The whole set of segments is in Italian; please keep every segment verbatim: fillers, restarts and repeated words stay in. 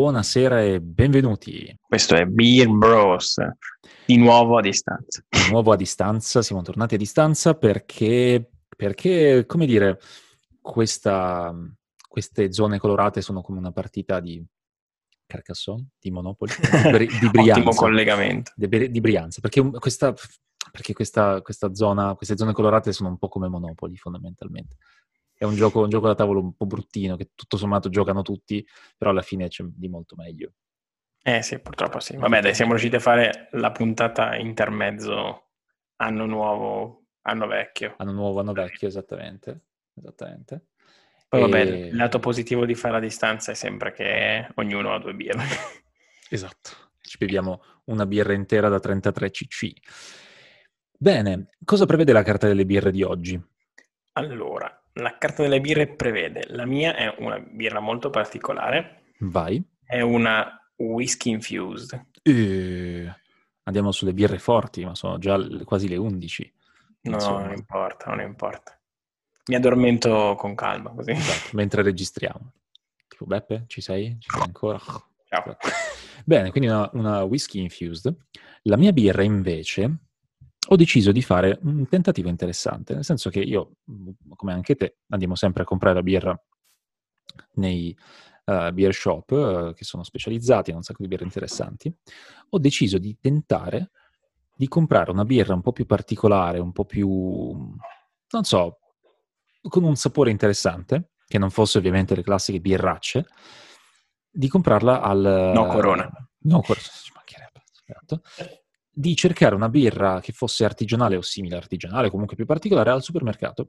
buonasera e benvenuti. Questo è Beer Bros, di nuovo a distanza. Di nuovo a distanza, siamo tornati a distanza perché, perché come dire, questa, queste zone colorate sono come una partita di Carcassonne, di Monopoli, di, Bri- di Ottimo Brianza. collegamento. Di, Bri- di Brianza, perché un- questa, perché questa, questa zona, queste zone colorate sono un po' come Monopoli, fondamentalmente. È un gioco, un gioco da tavolo un po' bruttino, che tutto sommato giocano tutti, però alla fine c'è di molto meglio. Eh sì, purtroppo sì. Vabbè, dai, siamo riusciti a fare la puntata intermezzo anno nuovo, anno vecchio. Anno nuovo, anno vecchio, esattamente. Esattamente. Poi vabbè, E... il lato positivo di fare a distanza è sempre che ognuno ha due birre. Esatto. Ci beviamo una birra intera da trentatré cc. Bene, cosa prevede la carta delle birre di oggi? Allora, la carta delle birre prevede, la mia è una birra molto particolare, Vai. è una whisky infused. E... Andiamo sulle birre forti, ma sono già le- quasi le undici. No, Insomma. non importa, non importa. Mi addormento con calma, così. Esatto, mentre registriamo. Tipo, Beppe, ci sei? Ci sei ancora? Ciao. Bene, quindi una, una whisky infused. La mia birra, invece, ho deciso di fare un tentativo interessante, nel senso che io, come anche te, andiamo sempre a comprare la birra nei uh, beer shop, uh, che sono specializzati in un sacco di birre interessanti. Ho deciso di tentare di comprare una birra un po' più particolare, un po' più, non so, con un sapore interessante, che non fosse ovviamente le classiche birracce, di comprarla al... No, Corona. No, ci mancherebbe, esatto. Di cercare una birra che fosse artigianale o simile artigianale, comunque più particolare, al supermercato.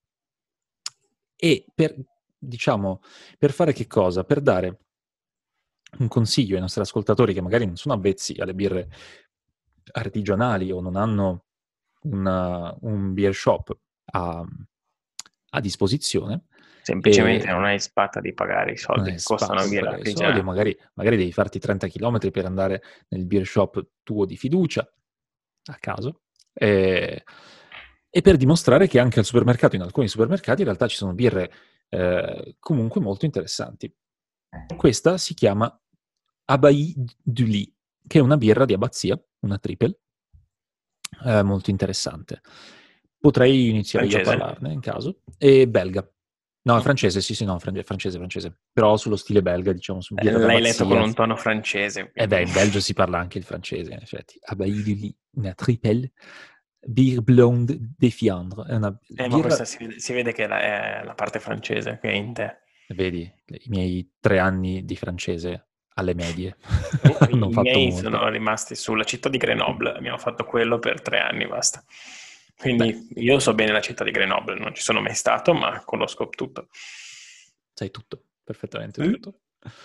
E per, diciamo, per fare che cosa? Per dare un consiglio ai nostri ascoltatori che magari non sono avvezzi alle birre artigianali o non hanno una, un beer shop a, a disposizione. Semplicemente E non hai spazza di pagare i non soldi hai che costano spazio una di birra pagare i soldi, o artigianale. magari, magari devi farti trenta chilometri per andare nel beer shop tuo di fiducia, a caso, e, e per dimostrare che anche al supermercato, in alcuni supermercati, in realtà ci sono birre eh, comunque molto interessanti. Questa si chiama Abbaye du Lit, che è una birra di abbazia, una triple, eh, molto interessante. Potrei iniziare io a Francese? parlarne, in caso. E belga. No, è francese, sì, sì, no, fran- francese, francese. Però sullo stile belga, diciamo, su Eh, birra L'hai letto con d'abbazia. un tono francese, E beh, quindi... in Belgio si parla anche il francese, in effetti. Abbaye du Lit, una triple, Beer Blonde de Fiandre. È una Eh, ma birra... questa si vede, si vede che è la, è la parte francese che è in te. Vedi, i miei tre anni di francese alle medie I, hanno i fatto miei molto. sono rimasti sulla città di Grenoble, abbiamo fatto quello per tre anni, basta. Beh, Quindi io so bene la città di Grenoble, non ci sono mai stato, ma conosco tutto. sai tutto, perfettamente Mm? tutto.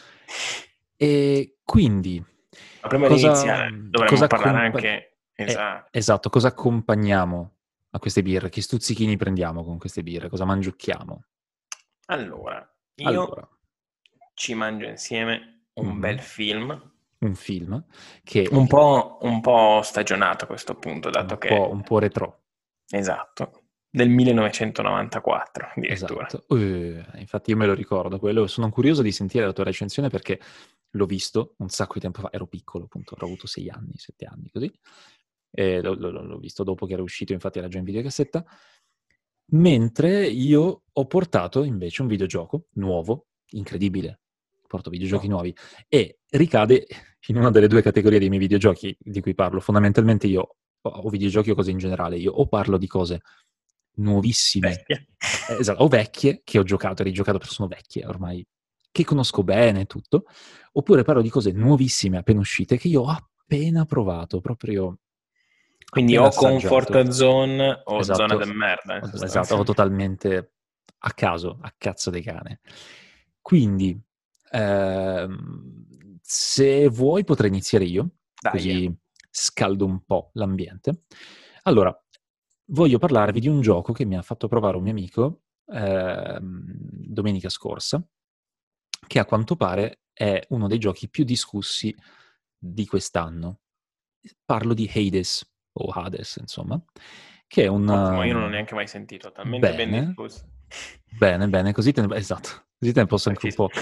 E quindi, Ma prima di cosa, iniziare dovremmo cosa parlare accompa- anche... eh, Esatto. esatto, cosa accompagniamo a queste birre? Che stuzzichini prendiamo con queste birre? Cosa mangiucchiamo? Allora, Allora, io ci mangio insieme un bel mhm, film, un film che un po', un po' stagionato a questo punto, dato un po', che, un po' retro. esatto, del millenovecentonovantaquattro addirittura. Esatto, Eh, infatti io me lo ricordo quello, sono curioso di sentire la tua recensione perché l'ho visto un sacco di tempo fa, ero piccolo appunto, avrò avuto sei anni, sette anni così, e l'ho, l'ho- l'ho visto dopo che era uscito, infatti era già in videocassetta, mentre io ho portato invece un videogioco nuovo, incredibile, porto videogiochi nuovi, e ricade in una delle due categorie dei miei videogiochi di cui parlo, fondamentalmente io o o videogiochi o cose in generale, io o parlo di cose nuovissime, Bestia. eh, esatto, o vecchie, che ho giocato e rigiocato, però sono vecchie ormai, che conosco bene e tutto, oppure parlo di cose nuovissime, appena uscite, che io ho appena provato, proprio Quindi appena o assaggiato. comfort zone o zona Esatto, de merda, in ho- esatto, ho sostanza. totalmente a caso, a cazzo di cane. Quindi, ehm, se vuoi potrei iniziare io, Dai. così scaldo un po' l'ambiente. Allora, voglio parlarvi di un gioco che mi ha fatto provare un mio amico ehm, domenica scorsa, che a quanto pare è uno dei giochi più discussi di quest'anno. Parlo di Hades, o Hades, insomma, che è un... Ottimo, io non l'ho um, neanche mai sentito, talmente ben bene, diffuso. bene, bene, così te ne, esatto, così te ne posso anche un Preciso. po'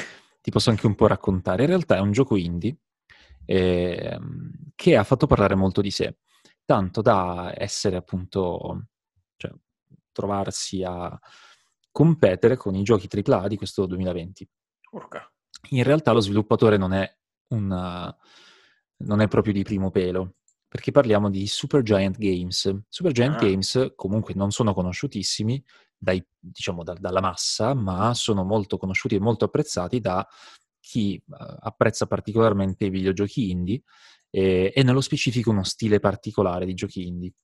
ti posso anche un po' raccontare. In realtà è un gioco indie eh, che ha fatto parlare molto di sé, tanto da essere appunto, cioè, trovarsi a competere con i giochi tripla A di questo duemilaventi. Urca. In realtà lo sviluppatore non è, una, non è proprio di primo pelo, perché parliamo di Supergiant Games. Supergiant Ah, Games comunque non sono conosciutissimi dai, diciamo, da, dalla massa, ma sono molto conosciuti e molto apprezzati da chi uh, apprezza particolarmente i videogiochi indie e, e nello specifico uno stile particolare di giochi indie.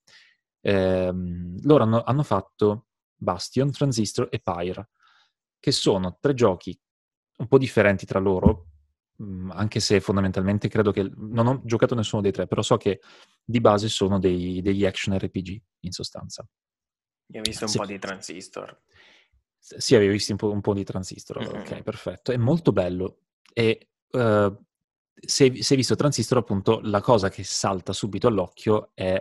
Ehm, loro hanno, hanno fatto Bastion, Transistor e Pyre, che sono tre giochi un po' differenti tra loro, mh, anche se fondamentalmente credo che... Non ho giocato nessuno dei tre, però so che di base sono dei, degli action R P G, in sostanza. io ho visto un Se, po' di Transistor. sì, avevi visto un po', un po' di Transistor, allora, ok, Mm-mm. perfetto. È molto bello. E uh, se, se hai visto Transistor, appunto, la cosa che salta subito all'occhio è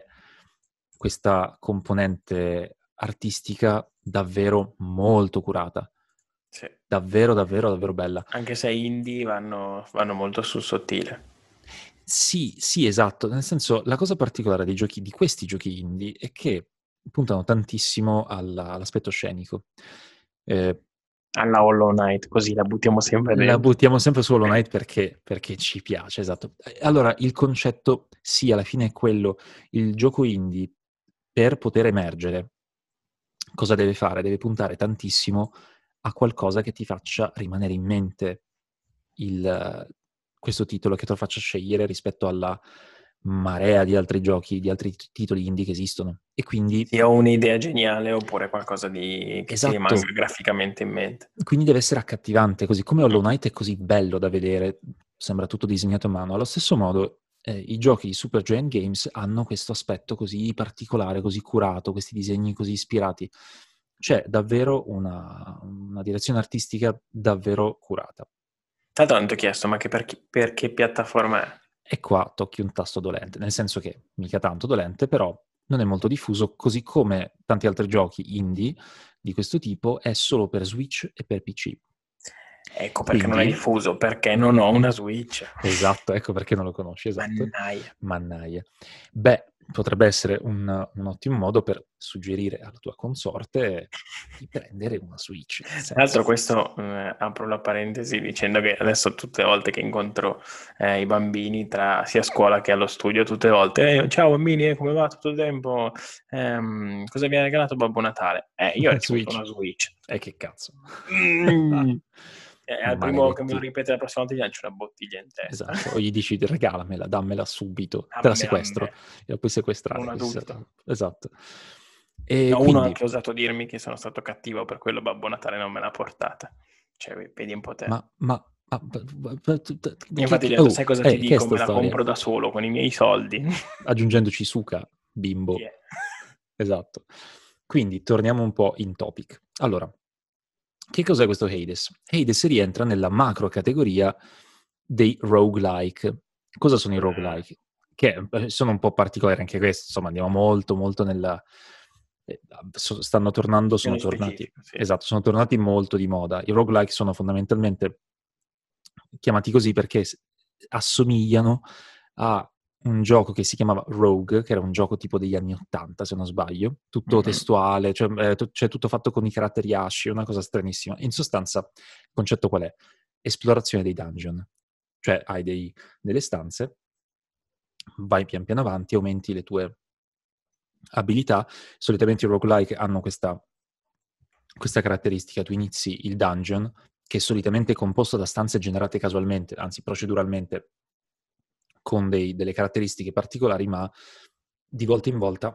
questa componente artistica davvero molto curata. Sì. Davvero, davvero, davvero bella. Anche se indie vanno, vanno molto sul sottile. Sì, sì, esatto. Nel senso, la cosa particolare dei giochi, di questi giochi indie, è che puntano tantissimo alla- all'aspetto scenico. Eh, Alla Hollow Knight, così la buttiamo sempre la dentro. buttiamo sempre su Hollow Knight perché, perché ci piace, esatto. Eh, Allora, il concetto, sì, alla fine è quello. Il gioco indie, per poter emergere, cosa deve fare? Deve puntare tantissimo a qualcosa che ti faccia rimanere in mente il, questo titolo, che te lo faccia scegliere rispetto alla marea di altri giochi, di altri t- titoli indie che esistono. E quindi, Sia un'idea geniale oppure qualcosa di... che ti rimanga esatto, graficamente in mente. quindi deve essere accattivante, così come Hollow Mm. Knight è così bello da vedere, sembra tutto disegnato a mano. Allo stesso modo, eh, i giochi di Supergiant Games hanno questo aspetto così particolare, così curato, questi disegni così ispirati. C'è davvero una, una direzione artistica davvero curata. Tanto non ti ho chiesto, ma che per, chi- per che piattaforma è? E qua tocchi un tasto dolente, nel senso che mica tanto dolente, però non è molto diffuso, così come tanti altri giochi indie di questo tipo è solo per Switch e per P C. Ecco perché non è Quindi, diffuso, perché non ho una Switch. esatto, ecco perché non lo conosci, esatto. Mannaia. Mannaia. Beh, potrebbe essere un, un ottimo modo per suggerire alla tua consorte di prendere una Switch, nel Tra l'altro senso... questo, eh, apro la parentesi dicendo che adesso tutte le volte che incontro eh, i bambini, tra, sia a scuola che allo studio, tutte le volte, "Eh, ciao bambini, eh, come va tutto il tempo? Ehm, cosa vi ha regalato Babbo Natale? Eh, io ho ricevuto Switch. una Switch. E che cazzo. Mm. Eh, al primo che me lo Maledetti. ripete la prossima volta gli lancio una bottiglia in testa. Esatto, o gli dici regalamela, dammela subito, te la Dammela a me, sequestro e la puoi sequestrare un così. adulto. Esatto. E No, uno ha quindi, anche osato dirmi che sono stato cattivo, per quello Babbo Natale non me l'ha portata. Cioè, vedi un po' te. ma, ma, ma, ma- ma- che, Infatti che- gli ho detto, sai oh, cosa ti eh, che è dico? sta Me la storia? compro da solo, con i miei soldi. Aggiungendoci suca, bimbo. Yeah. Esatto. Quindi torniamo un po' in topic. Allora, che cos'è questo Hades? Hades rientra nella macro categoria dei roguelike. Cosa sono i Mm. roguelike? Che eh, sono un po' particolari anche questo, insomma, andiamo molto, molto nella... eh, so- stanno tornando, sono Nello tornati, specifico, sì. esatto, sono tornati molto di moda. I roguelike sono fondamentalmente chiamati così perché s- assomigliano a un gioco che si chiamava Rogue, che era un gioco tipo degli anni ottanta, se non sbaglio, tutto Mhm. testuale, cioè, eh, tu- cioè tutto fatto con i caratteri asci, una cosa stranissima. In sostanza, il concetto qual è? Esplorazione dei dungeon. Cioè hai dei- delle stanze, vai pian piano avanti, aumenti le tue abilità. Solitamente i roguelike hanno questa, questa caratteristica. Tu inizi il dungeon, che è solitamente composto da stanze generate casualmente, anzi proceduralmente, con dei- delle caratteristiche particolari, ma di volta in volta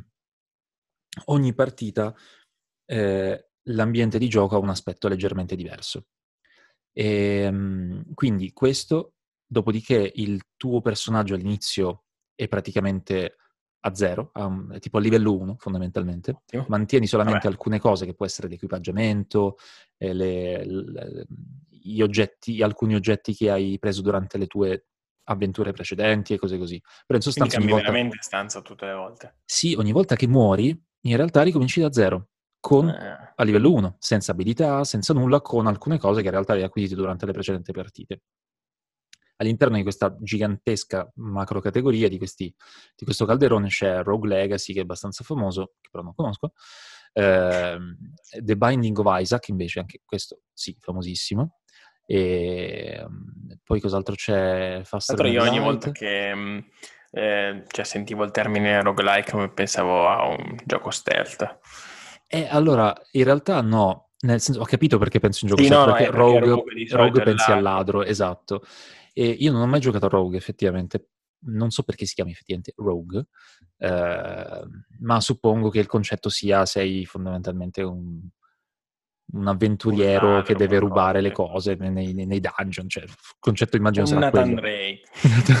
ogni partita eh, l'ambiente di gioco ha un aspetto leggermente diverso. E, mm, quindi questo, dopodiché il tuo personaggio all'inizio è praticamente a zero, a un- è tipo a livello uno fondamentalmente, Ottimo. mantieni solamente Vabbè, alcune cose che può essere l'equipaggiamento, eh, le- le- gli oggetti, alcuni oggetti che hai preso durante le tue avventure precedenti e cose così. Però in quindi sostanza ogni cambi volta, veramente stanza tutte le volte. sì, ogni volta che muori, in realtà ricominci da zero. con, Eh. a livello uno, senza abilità, senza nulla, con alcune cose che in realtà hai acquisito durante le precedenti partite. All'interno di questa gigantesca macro categoria di, questi, di questo calderone c'è Rogue Legacy, che è abbastanza famoso, che però non conosco, eh, The Binding of Isaac, invece, anche questo sì, famosissimo, e poi cos'altro c'è? Faster Tra Than l'altro io ogni volta Light. che mh, eh, cioè, sentivo il termine roguelike pensavo a un gioco stealth. E allora, in realtà no, nel senso, ho capito perché penso in gioco Sì, stealth, no, no, perché è perché Rogue, Rogue di solito Rogue è il pensi al ladro. ladro, esatto. E io non ho mai giocato a Rogue, effettivamente. Non so perché si chiami effettivamente Rogue, eh, ma suppongo che il concetto sia sei fondamentalmente un, un Un avventuriero che ladro, deve qualcosa, rubare le sì. cose nei, nei- nei dungeon, cioè il concetto È immagino un sarà Nathan quello. Drake.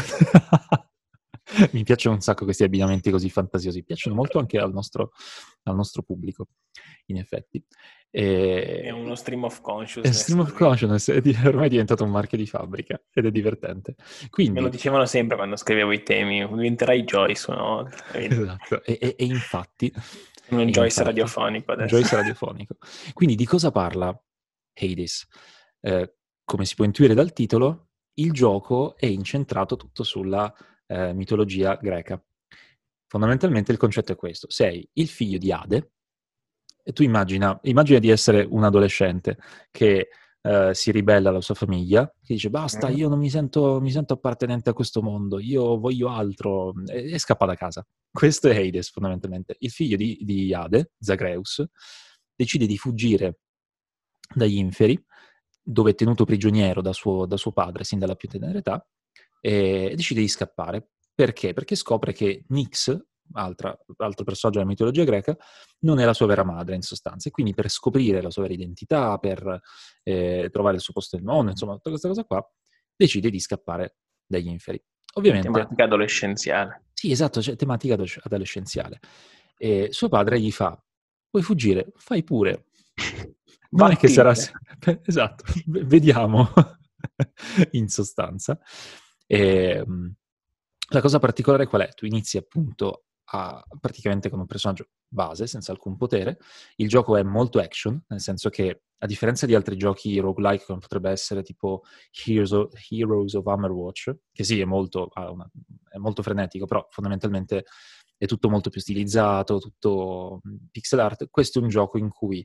Mi piacciono un sacco questi abbinamenti così fantasiosi, piacciono molto anche al nostro, al nostro pubblico, in effetti. È E, uno stream of e consciousness Stream of così. Consciousness è di- ormai è diventato un marchio di fabbrica ed è divertente. Me lo Quindi, dicevano sempre quando scrivevo i temi, diventerai Joyce una volta. esatto, e, e- e infatti, Sono un e Joyce infatti, radiofonico adesso. Joyce radiofonico. Quindi di cosa parla Hades? Eh, come si può intuire dal titolo, il gioco è incentrato tutto sulla eh, mitologia greca. Fondamentalmente il concetto è questo: sei il figlio di Ade, e tu immagina, immagina di essere un adolescente che eh, si ribella alla sua famiglia, che dice basta, Mm. io non mi sento, mi sento appartenente a questo mondo, io voglio altro, e, e scappa da casa. Questo è Hades fondamentalmente. Il figlio di, di Ade, Zagreus, decide di fuggire dagli inferi, dove è tenuto prigioniero da suo, da suo padre sin dalla più tenera età, e decide di scappare. Perché? Perché scopre che Nyx, altra, altro personaggio della mitologia greca, non è la sua vera madre in sostanza, e quindi per scoprire la sua vera identità, per eh, trovare il suo posto nel mondo, insomma, tutta questa cosa qua, decide di scappare dagli inferi. Ovviamente, Tematica adolescenziale. sì, esatto, c'è tematica adolesc- adolescenziale. E suo padre gli fa, vuoi fuggire? Fai pure. Non è che sarà... Vattene. se- Esatto, v- vediamo, in sostanza. E, mh, la cosa particolare qual è? Tu inizi appunto a, praticamente con un personaggio base, senza alcun potere. Il gioco è molto action, nel senso che, a differenza di altri giochi roguelike, come potrebbe essere tipo Heroes of, Heroes of Hammerwatch, che sì, è molto, ha una- è molto frenetico, però fondamentalmente è tutto molto più stilizzato, tutto mh, pixel art. Questo è un gioco in cui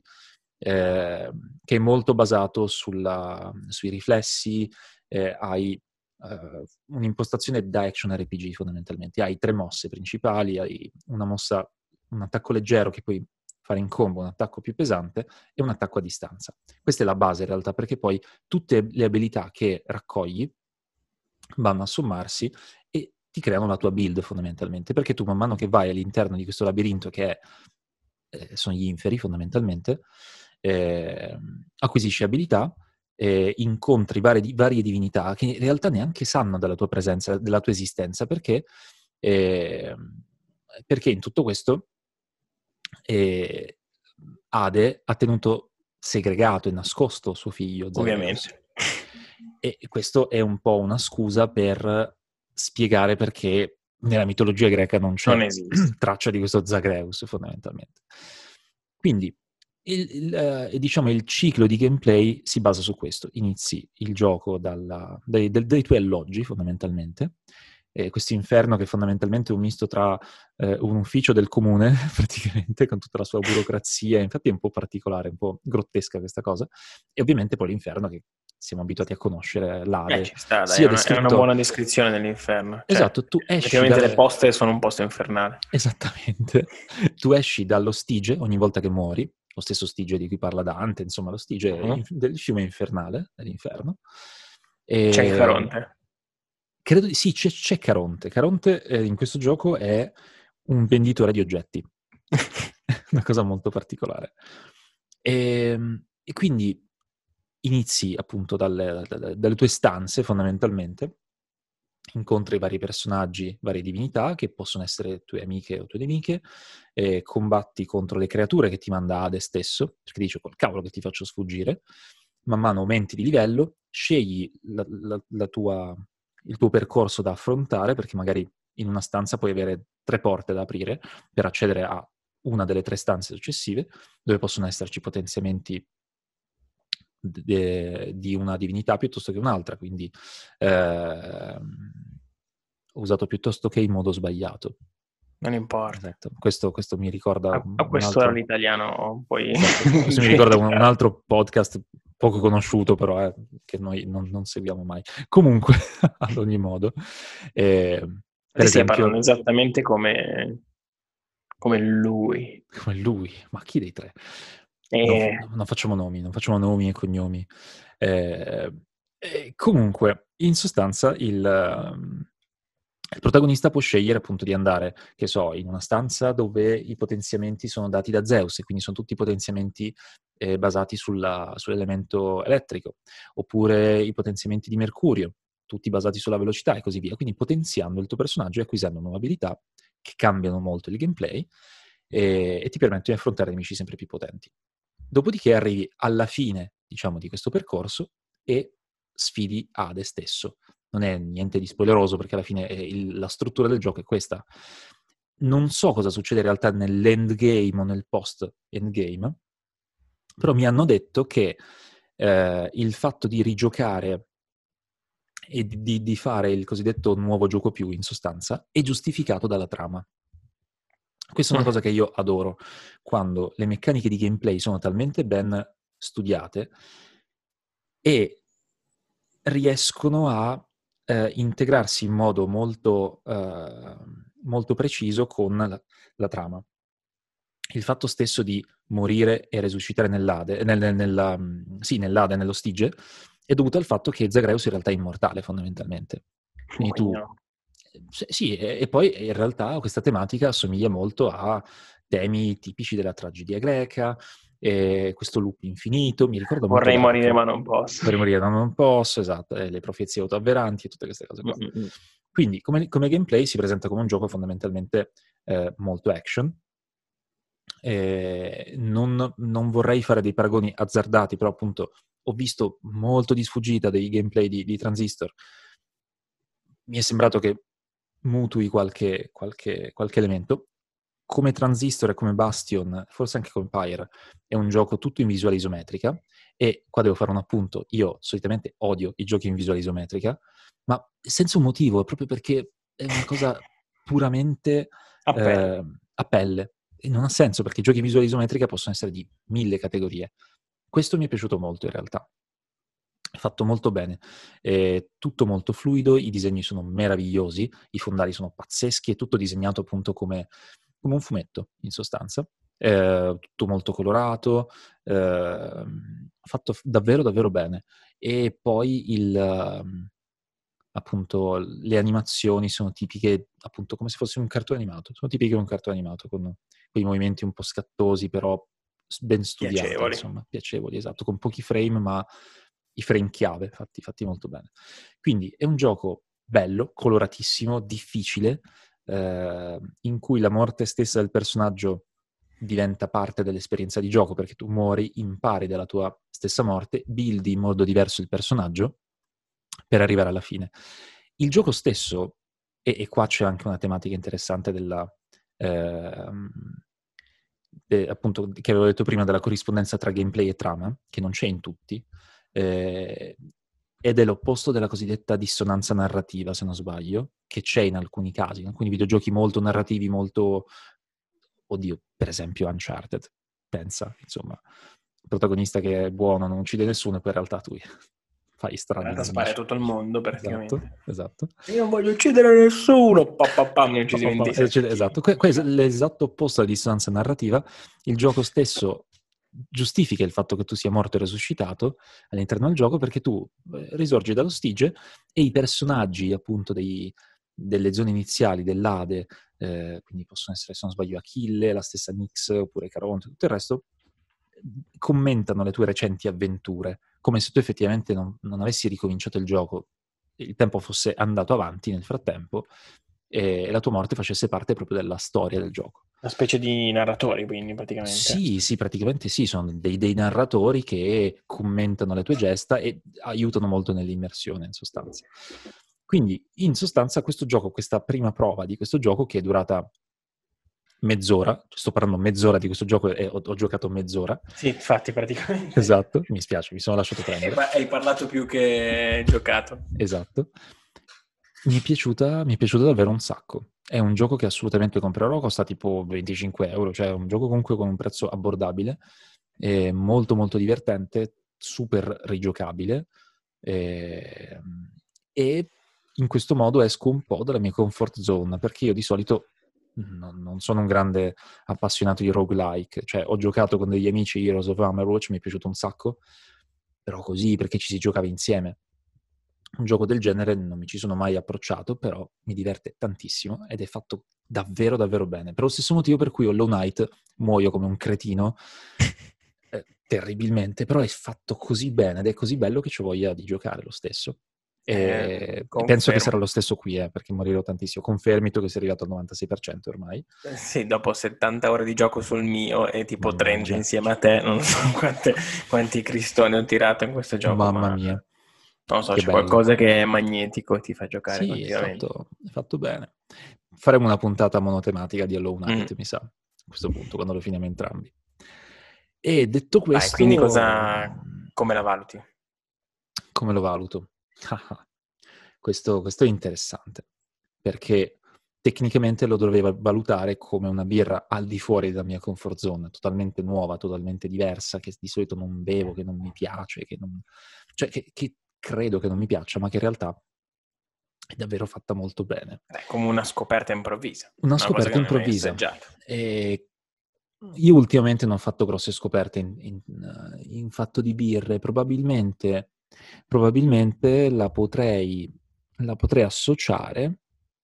eh, che è molto basato sulla, sui riflessi, eh, hai eh, un'impostazione da action R P G fondamentalmente. Hai tre mosse principali, hai una mossa, un attacco leggero che puoi fare in combo, un attacco più pesante e un attacco a distanza. Questa è la base in realtà, perché poi tutte le abilità che raccogli vanno a sommarsi e ti creano la tua build fondamentalmente, perché tu man mano che vai all'interno di questo labirinto che è, eh, sono gli inferi fondamentalmente, eh, acquisisci abilità, eh, incontri varie, varie divinità che in realtà neanche sanno della tua presenza, della tua esistenza, perché, eh, perché in tutto questo eh, Ade ha tenuto segregato e nascosto suo figlio Zagreus. Ovviamente. E questo è un po' una scusa per spiegare perché nella mitologia greca non Non c'è esiste. traccia di questo Zagreus, fondamentalmente. Quindi, il, il, eh, diciamo, il ciclo di gameplay si basa su questo. Inizi il gioco dalla, dai, dai, dai tuoi alloggi, fondamentalmente. Eh, questo inferno che fondamentalmente è un misto tra eh, un ufficio del comune, praticamente, con tutta la sua burocrazia. Infatti è un po' particolare, un po' grottesca questa cosa. E ovviamente poi l'inferno che siamo abituati a conoscere, Eh, l'Ade, ci sta, dai, è sia una, è una descritto... buona descrizione dell'inferno. Cioè, Esatto, tu esci effettivamente le dal... poste sono un posto infernale. Esattamente. Tu esci dallo Stige ogni volta che muori, lo stesso Stige di cui parla Dante, insomma, lo Stige Mhm. inf- del fiume infernale, dell'inferno. C'è anche E Caronte. credo di sì, c'è, c'è Caronte. Caronte eh, in questo gioco è un venditore di oggetti. Una cosa molto particolare. E, e quindi inizi appunto dalle, dalle- dalle tue stanze, fondamentalmente, incontri vari personaggi, varie divinità che possono essere tue amiche o tue nemiche, e combatti contro le creature che ti manda Ade stesso, perché dice col cavolo che ti faccio sfuggire. Man mano aumenti di livello, scegli la, la- la tua, il tuo percorso da affrontare, perché magari in una stanza puoi avere tre porte da aprire per accedere a una delle tre stanze successive, dove possono esserci potenziamenti de- di una divinità piuttosto che un'altra, quindi eh, ho usato piuttosto che in modo sbagliato. Non importa. Esatto, questo, questo mi ricorda A, a un quest'ora altro... l'italiano poi Esatto, questo mi ricorda un, un altro podcast poco conosciuto, però eh, che noi non, non seguiamo mai. Comunque, ad ogni modo, eh, per Sì, sì, parlano esempio, esattamente come, come lui. come lui, ma chi dei tre? Non, E non facciamo nomi, non facciamo nomi e cognomi. Eh, eh, comunque, in sostanza, il, ehm, il protagonista può scegliere appunto di andare, che so, in una stanza dove i potenziamenti sono dati da Zeus, e quindi sono tutti potenziamenti eh, basati sulla- sull'elemento elettrico, oppure i potenziamenti di Mercurio, tutti basati sulla velocità e così via. Quindi potenziando il tuo personaggio e acquisendo nuove abilità che cambiano molto il gameplay e, e ti permettono di affrontare nemici sempre più potenti. Dopodiché arrivi alla fine, diciamo, di questo percorso e sfidi Ade stesso. Non è niente di spoileroso perché alla fine è il- la struttura del gioco è questa. Non so cosa succede in realtà nell'endgame o nel post-endgame, però mi hanno detto che eh, il fatto di rigiocare e di, di- di fare il cosiddetto nuovo gioco più, in sostanza, è giustificato dalla trama. Questa è una cosa che io adoro, quando le meccaniche di gameplay sono talmente ben studiate e riescono a eh, integrarsi in modo molto, eh, molto preciso con la, la trama. Il fatto stesso di morire e resuscitare nell'Ade, nel, nel- nella, mm, sì, nell'Ade, nello Stige, è dovuto al fatto che Zagreus in realtà è immortale, fondamentalmente. Quindi quindi tu... no. s- Sì, e, e poi in realtà questa tematica assomiglia molto a temi tipici della tragedia greca, e questo loop infinito, mi ricorda molto Vorrei morire Dark. ma non posso. Per morire ma non posso, esatto, e le profezie autoavveranti e tutte queste cose qua. Mm-mm. Quindi come, come gameplay si presenta come un gioco fondamentalmente eh, molto action. Eh, non, non vorrei fare dei paragoni azzardati, però appunto ho visto molto di sfuggita dei gameplay di, di Transistor. Mi è sembrato che mutui qualche, qualche, qualche elemento. Come Transistor e come Bastion, forse anche come Pyre, è un gioco tutto in visuale isometrica, e qua devo fare un appunto, io solitamente odio i giochi in visuale isometrica, ma senza un motivo, proprio perché è una cosa puramente A pelle. eh, a pelle. E non ha senso, perché i giochi in visuale isometrica possono essere di mille categorie. Questo mi è piaciuto molto in realtà. È fatto molto bene, è tutto molto fluido, i disegni sono meravigliosi, i fondali sono pazzeschi, è tutto disegnato appunto come, come un fumetto, in sostanza. Eh, tutto molto colorato, eh, fatto f- davvero davvero bene. E poi il, ehm, appunto, le animazioni sono tipiche, appunto, come se fosse un cartone animato, sono tipiche di un cartone animato, con quei movimenti un po' scattosi, però s- ben studiati, Piacevoli. insomma, piacevoli, esatto, con pochi frame, ma i frame chiave, fatti, fatti molto bene. Quindi è un gioco bello, coloratissimo, difficile, eh, in cui la morte stessa del personaggio diventa parte dell'esperienza di gioco, perché tu muori, impari dalla tua stessa morte, buildi in modo diverso il personaggio per arrivare alla fine. Il gioco stesso, e, e qua c'è anche una tematica interessante della... ehm, de- appunto, che avevo detto prima, della corrispondenza tra gameplay e trama, che non c'è in tutti, eh, ed è l'opposto della cosiddetta dissonanza narrativa, se non sbaglio, che c'è in alcuni casi, in alcuni videogiochi molto narrativi, molto... Oddio, per esempio Uncharted, pensa, insomma, il protagonista che è buono, non uccide nessuno, e poi in realtà tu fai In stragi realtà spara nemici. tutto il mondo Esatto, praticamente. esatto. Io non voglio uccidere nessuno. Pa, pa, pam, ne ho uccisi Oh, oh, eh, cioè, ventisette. Chi? esatto, que- questo è l'esatto opposto alla dissonanza narrativa. Il gioco stesso giustifica il fatto che tu sia morto e resuscitato all'interno del gioco, perché tu eh, risorgi dallo Stige e i personaggi, appunto, dei, delle zone iniziali dell'Ade, eh, quindi possono essere, se non sbaglio, Achille, la stessa Nyx, oppure Caronte, tutto il resto, commentano le tue recenti avventure, come se tu effettivamente non, non avessi ricominciato il gioco, il tempo fosse andato avanti nel frattempo e la tua morte facesse parte proprio della storia del gioco. Una specie di narratori, quindi, praticamente. Sì, sì, praticamente sì, sono dei, dei narratori che commentano le tue gesta e aiutano molto nell'immersione, in sostanza. Quindi, in sostanza, questo gioco, questa prima prova di questo gioco, che è durata mezz'ora, sto parlando mezz'ora di questo gioco e ho, ho giocato mezz'ora. Sì, infatti, praticamente. Esatto, mi spiace, mi sono lasciato prendere. Hai parlato più che giocato. Esatto. Mi è piaciuta, mi è piaciuta davvero un sacco. È un gioco che assolutamente comprerò, costa tipo venticinque euro, cioè è un gioco comunque con un prezzo abbordabile, è molto molto divertente, super rigiocabile, e, e in questo modo esco un po' dalla mia comfort zone, perché io di solito non, non sono un grande appassionato di roguelike, cioè ho giocato con degli amici Heroes of Hammerwatch, mi è piaciuto un sacco, però così perché ci si giocava insieme. Un gioco del genere non mi ci sono mai approcciato, però mi diverte tantissimo ed è fatto davvero davvero bene. Per lo stesso motivo per cui Hollow Knight muoio come un cretino eh, terribilmente, però è fatto così bene ed è così bello che ho voglia di giocare lo stesso. E, Eh, e penso che sarà confermo. lo stesso qui, eh, perché morirò tantissimo. Confermi tu che sei arrivato al novantasei per cento ormai. Eh, Sì, dopo settanta ore di gioco sul mio e tipo trenta Mannaggia. insieme a te, non so quante- quanti cristoni ho tirato in questo gioco, Mamma ma mia, non so, che c'è bello. qualcosa che è magnetico e ti fa giocare Sì, è continuamente. fatto, è fatto bene. Faremo una puntata monotematica di Hollow Knight, Mm. mi sa, a questo punto, quando lo finiamo entrambi. E detto Dai, quindi questo, cosa, come la valuti? come lo valuto? questo, questo è interessante, perché tecnicamente lo dovevo valutare come una birra al di fuori della mia comfort zone, totalmente nuova, totalmente diversa, che di solito non bevo, che non mi piace, che non... cioè che, che credo che non mi piaccia, ma che in realtà è davvero fatta molto bene. È come una scoperta improvvisa, Una una cosa che scoperta non hai mai improvvisa. assaggiato. E io ultimamente non ho fatto grosse scoperte in, in, in fatto di birre, probabilmente, probabilmente la potrei, la potrei associare,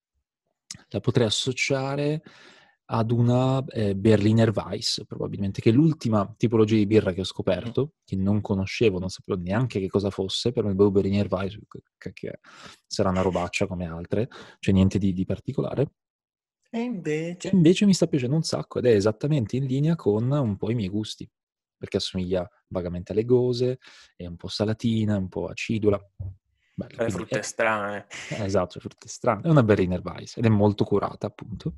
la potrei associare ad una eh, Berliner Weiss, probabilmente, che è l'ultima tipologia di birra che ho Mm. scoperto, che non conoscevo, non sapevo neanche che cosa fosse, però il Berliner Weiss, che, che sarà una robaccia come altre, cioè niente di, di particolare. E E invece, invece mi sta piacendo un sacco ed è esattamente in linea con un po' i miei gusti, perché assomiglia vagamente alle gose, è un po' salatina, un po' acidula. Bello, le quindi è, frutte strane. è esatto, frutte strane. È una Berliner Weiss ed è molto curata, appunto.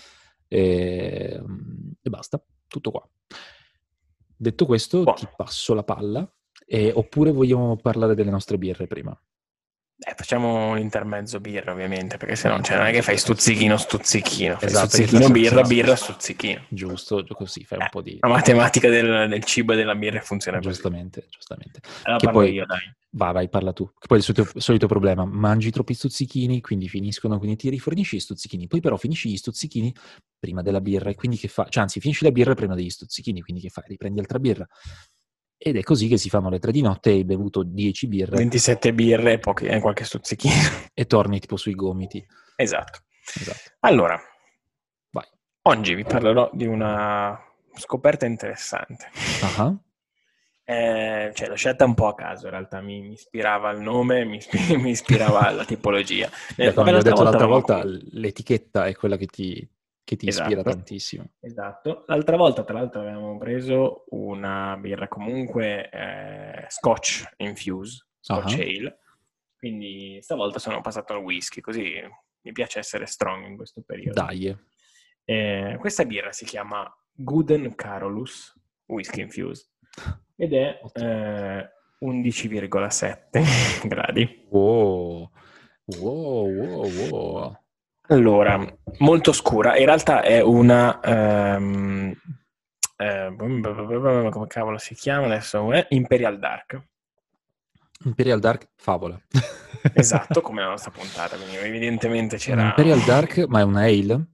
E, e basta, tutto qua. Detto questo, Buono. ti passo la palla, e, oppure vogliamo parlare delle nostre birre prima? Eh, facciamo un intermezzo birra, ovviamente, perché Un sennò cioè, non è che intermezzo fai birra. stuzzichino, stuzzichino, fai Esatto, che stuzzichino, se, se birra, no... birra, stuzzichino. Giusto, così fai un Eh, po' di... la matematica del, del cibo e della birra funziona così. Giustamente, giustamente. Allora Che parlo poi, io, dai. vai, vai, parla tu. Che poi il solito, solito problema, mangi troppi stuzzichini, quindi finiscono, quindi ti rifornisci gli stuzzichini, poi però finisci gli stuzzichini prima della birra, e quindi che fai? Cioè, anzi, finisci la birra prima degli stuzzichini, quindi che fai? Riprendi altra birra. Ed è così che si fanno le tre di notte, hai bevuto dieci birre ventisette birre e, pochi- e qualche stuzzichino. e torni tipo sui gomiti. Esatto. Esatto. Allora, Vai. oggi vi parlerò di una scoperta interessante. Ah, Eh, cioè, l'ho scelta un po' a caso, in realtà mi, mi ispirava il nome, mi, ispi- mi ispirava la tipologia. beh, Eh, come vabbè, abbiamo l'altra detto volta l'altra avevamo volta, comunque... l'etichetta è quella che ti, che ti ispira Esatto, tantissimo. esatto. L'altra volta, tra l'altro, avevamo preso una birra comunque eh, Scotch Infuse, Scotch Ah, Ale, quindi stavolta sono passato al whisky, così mi piace essere strong in questo periodo. dai. Eh, questa birra si chiama Guden Carolus Whisky Infused ed è Ottimo. eh, undici virgola sette gradi. Wow, wow, wow, wow. Allora, molto scura, in realtà è una... ehm, eh, come cavolo si chiama adesso? Eh, Imperial Dark. Imperial Dark, favola. Esatto, come la nostra puntata, quindi evidentemente Un c'era... Imperial Dark, ma è una ale?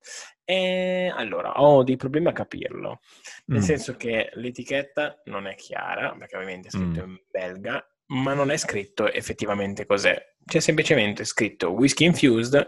E allora, ho dei problemi a capirlo, nel Mm, senso che l'etichetta non è chiara, perché ovviamente è scritto mm. in belga, ma non è scritto effettivamente cos'è. C'è semplicemente scritto Whisky Infused,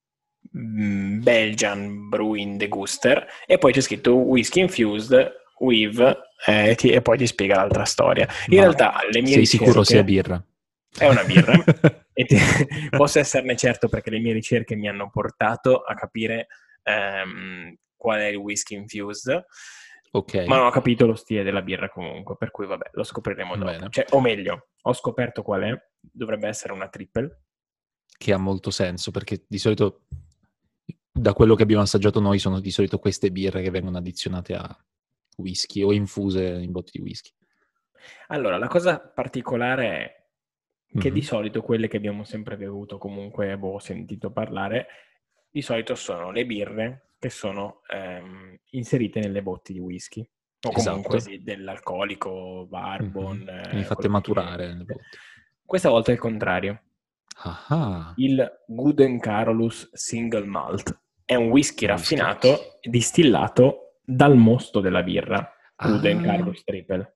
mm, Belgian Brewing Deguster, e poi c'è scritto Whisky Infused with, eh, e, ti- e poi ti spiega l'altra storia. In Ma realtà, le mie sei sicuro sia ricerche... birra? È una birra, e ti- posso esserne certo perché le mie ricerche mi hanno portato a capire ehm, qual è il whisky infused, Ok, ma non ho capito lo stile della birra comunque, per cui vabbè, lo scopriremo dopo. bene. Cioè, o meglio, ho scoperto qual è, dovrebbe essere una triple. Che ha molto senso, perché di solito da quello che abbiamo assaggiato noi sono di solito queste birre che vengono addizionate a whisky o infuse in botti di whisky. Allora, la cosa particolare è che Mhm. di solito quelle che abbiamo sempre bevuto, comunque boh, sentito parlare, di solito sono le birre che sono ehm, inserite nelle botti di whisky, o comunque Esatto. sì, dell'alcolico, bourbon, Mhm. Quindi eh, fatte quello che ti viene in maturare nelle mente. botti. Questa volta è il contrario. Ah, ah, Il Guden Carolus Single Malt è un whisky un whisky. raffinato distillato dal mosto della birra, Guden Ah, Carolus Triple.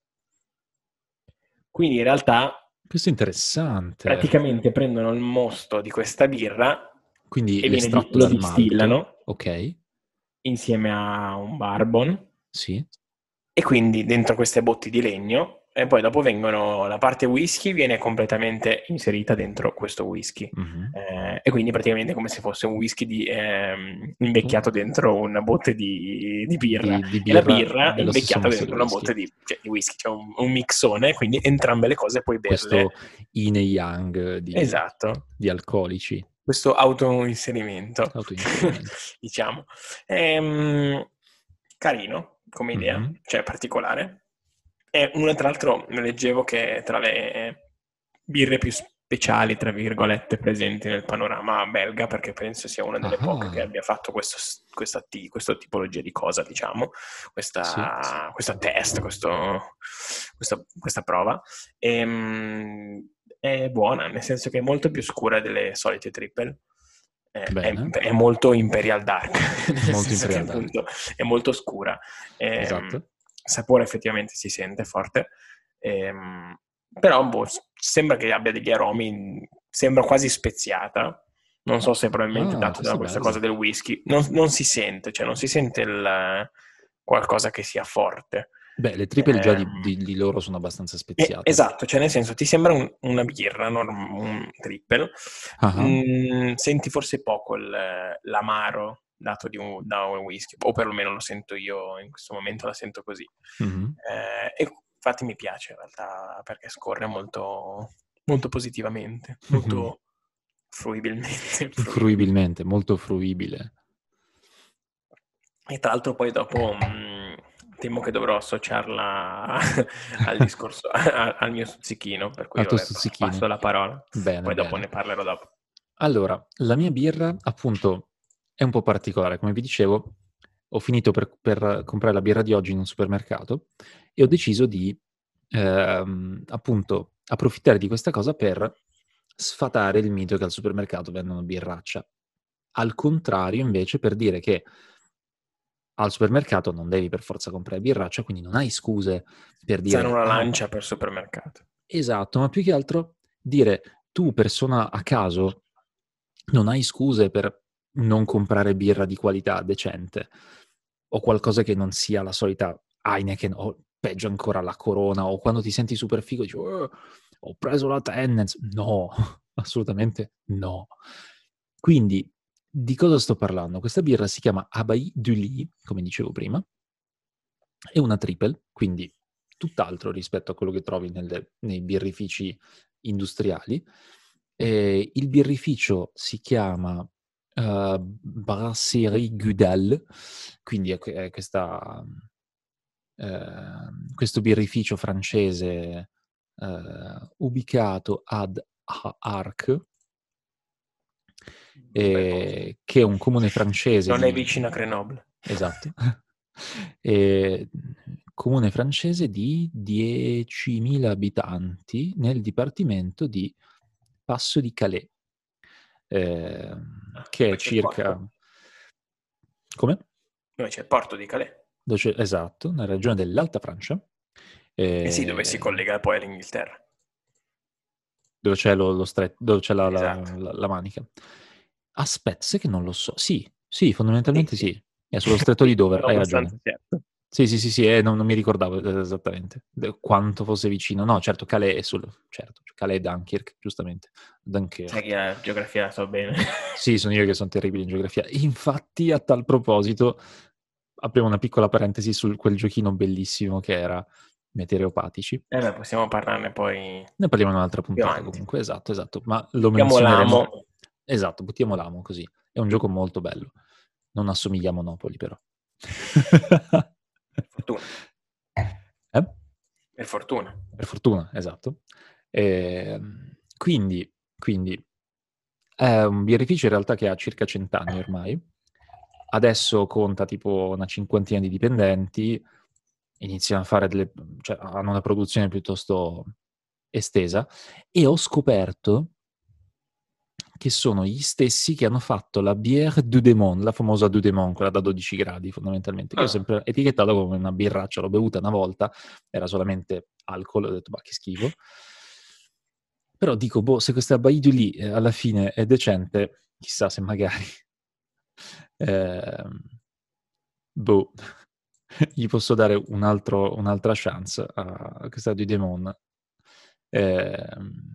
Quindi in realtà questo è interessante. praticamente prendono il mosto di questa birra Quindi e viene di- l'estratto lo dal malto. distillano Ok, insieme a un bourbon sì. e quindi dentro queste botti di legno e poi dopo vengono la parte whisky viene completamente inserita dentro questo whisky. Mhm. Eh, e quindi praticamente è come se fosse un whisky di, ehm, Uh, invecchiato dentro una botte di, di birra Di, di e la birra birra dello stesso invecchiata mosto del dentro una whisky. botte di, cioè, di whisky, cioè un, un mixone, quindi entrambe le cose puoi berle. Questo yin e yang di, Esatto, di alcolici, questo auto-inserimento, autoinserimento. diciamo. Ehm, carino come idea, Mhm. cioè particolare. E una, tra l'altro, leggevo che tra le birre più speciali, tra virgolette, presenti nel panorama belga, perché penso sia una delle poche che Ah, abbia fatto questo, questa, ti- questa tipologia di cosa, diciamo, sì. questa, questa test, questo, questa, questa prova. Ehm, è buona, nel senso che è molto più scura delle solite triple. Eh, È, Bene, è molto Imperial Dark, nel molto senso che Imperial Dark. appunto è molto scura. Ehm, Esatto. sapore effettivamente si sente forte, ehm, però boh, s- sembra che abbia degli aromi, sembra quasi speziata. Non so se probabilmente Ah, dato da questo è questa cosa bello. del whisky, non, non si sente, cioè non si sente il, qualcosa che sia forte. Beh, le triple già di, Ehm, di- di loro sono abbastanza eh, speziate. esatto, cioè nel senso ti sembra un- una birra, norm- un triple, Ah, ah. mm, senti forse poco il- l'amaro dato di un, da un whisky, o perlomeno lo sento io in questo momento, la sento così. Mhm. Eh, e infatti mi piace in realtà perché scorre molto, molto positivamente, Mhm. molto fruibilmente. fruibilmente. Fruibilmente, molto fruibile. E tra l'altro poi dopo mh, temo che dovrò associarla al discorso, a- al mio stuzzichino, per cui Al tuo vabbè, pa- passo stuzzichino. la parola, Bene, poi dopo bene. ne parlerò dopo. Allora, la mia birra, appunto, è un po' particolare. Come vi dicevo, ho finito per, per comprare la birra di oggi in un supermercato e ho deciso di, ehm, appunto, approfittare di questa cosa per sfatare il mito che al supermercato vendono birraccia. Al contrario, invece, per dire che al supermercato non devi per forza comprare birraccia, quindi non hai scuse per Zana dire, una ah, lancia per supermercato. esatto, ma più che altro dire, tu persona a caso, non hai scuse per non comprare birra di qualità decente o qualcosa che non sia la solita Heineken o peggio ancora la Corona o quando ti senti super figo dici, "Oh, ho preso la Tennent's". No, assolutamente no. Quindi, di cosa sto parlando? Questa birra si chiama Abbaye du Lit, come dicevo prima, è una triple, quindi tutt'altro rispetto a quello che trovi nelle- nei birrifici industriali. E il birrificio si chiama eh, Brasserie Gudel, quindi è, que- è questa, eh, questo birrificio francese eh, ubicato ad A- Arques, Un bel posto. eh, che è un comune francese Non è di... vicino a Grenoble. Esatto. Eh, comune francese di diecimila abitanti nel dipartimento di Passo di Calais, eh, Ah, che dove è c'è il circa... porto. Come? Dove c'è il porto di Calais. Dove c'è- esatto, nella regione dell'Alta Francia, Eh sì, dove si eh, collega poi all'Inghilterra. dove c'è, lo, lo stret- dove c'è la, la- Esatto. la- la manica. Aspetta, sai che non lo so. Sì, sì, Sì, fondamentalmente sì. sì. È sullo stretto di Sì, Dover, sono hai ragione. abbastanza certo. Sì, sì, sì, sì, eh, non, non mi ricordavo eh, esattamente de- quanto fosse vicino. No, certo, Calais è sul... Certo, Calais e Dunkirk, giustamente. Sai che Dunkirk. la geografia la so bene. Sì, sono io che sono terribile in geografia. Infatti, a tal proposito, apriamo una piccola parentesi su quel giochino bellissimo che era Meteoropatici. Eh beh, possiamo parlarne poi Ne parliamo in un'altra più puntata avanti. comunque, esatto, esatto, ma lo Mettiamo menzioneremo. l'amo. Esatto, buttiamo l'amo così. È un gioco molto bello. Non assomiglia a Monopoli, però. Per fortuna. Eh? Per fortuna. Per fortuna, esatto. E, quindi, quindi è un birrificio in realtà che ha circa cent'anni ormai. Adesso conta tipo una cinquantina di dipendenti, iniziano a fare delle, cioè hanno una produzione piuttosto estesa, e ho scoperto che sono gli stessi che hanno fatto la bière du Démon, la famosa du Démon, quella da dodici gradi fondamentalmente, che ho Ah. sempre etichettato come una birraccia, l'ho bevuta una volta, era solamente alcol, ho detto, ma che schifo. Però dico, boh, se questa Bailly lì eh, alla fine è decente, chissà se magari... eh, boh, gli posso dare un altro, un'altra chance a questa du Démon. Eh,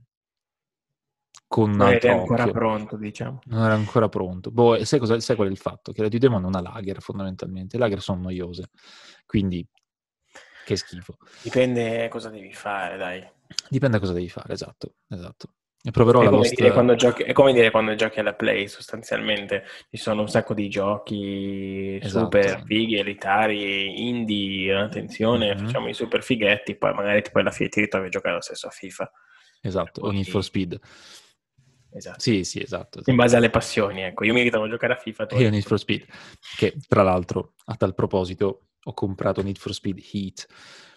con un Non eri altro ancora occhio. pronto, diciamo. Non era ancora pronto. Boh, sai, cosa, sai qual è il fatto? Che la Due Demon è una lager, fondamentalmente. Le lager sono noiose. Quindi, che schifo. Dipende cosa devi fare, dai. Dipende da cosa devi fare, esatto. esatto. E proverò È la come Lost... dire quando giochi, è come dire quando giochi alla Play, sostanzialmente. Ci sono un sacco di giochi Esatto. super fighi, elitari, indie, attenzione, Mhm. facciamo i super fighetti, poi magari poi alla fine ti ritrovi a giocare lo stesso a FIFA. Per Esatto, o Need for cui, Speed. esatto. Sì, sì, esatto, In esatto. base alle passioni, ecco. Io mi ritrovo a giocare a FIFA, tu a E Need Need for for Speed. Speed. Che, tra l'altro, a tal proposito, ho comprato Need for Speed Heat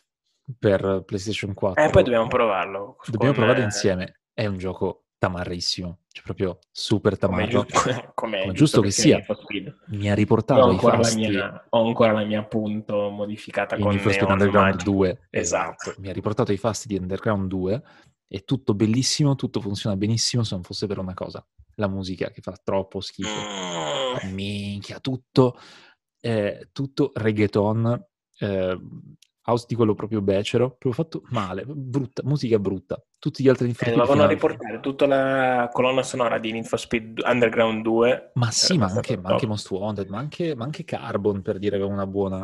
per PlayStation Eh, poi quattro. dobbiamo provarlo Dobbiamo con, provarlo eh, insieme. È un gioco tamarrissimo, cioè proprio super come è tamarro, giusto, come è come giusto giusto che che sia Need sia. for Speed. Mi ha Io ho riportato ai ancora la fasti mia, ho ancora la mia appunto modificata di Need con for Speed Neon Underground Magico. due. Esatto. Esatto, mi ha riportato ai fasti di Underground due. È tutto bellissimo, tutto funziona benissimo, se non fosse per una cosa, la musica che fa troppo schifo. Mm. Minchia, tutto, eh, tutto reggaeton, eh, house di quello proprio becero, proprio fatto male, brutta, musica brutta. Tutti gli altri Need for Eh, Speed dovevano finali. riportare tutta la colonna sonora di Need for Speed Underground due, Ma sì, ma sarebbe anche, stato ma anche top. Most Wanted, ma anche, ma anche Carbon, per dire che è una buona,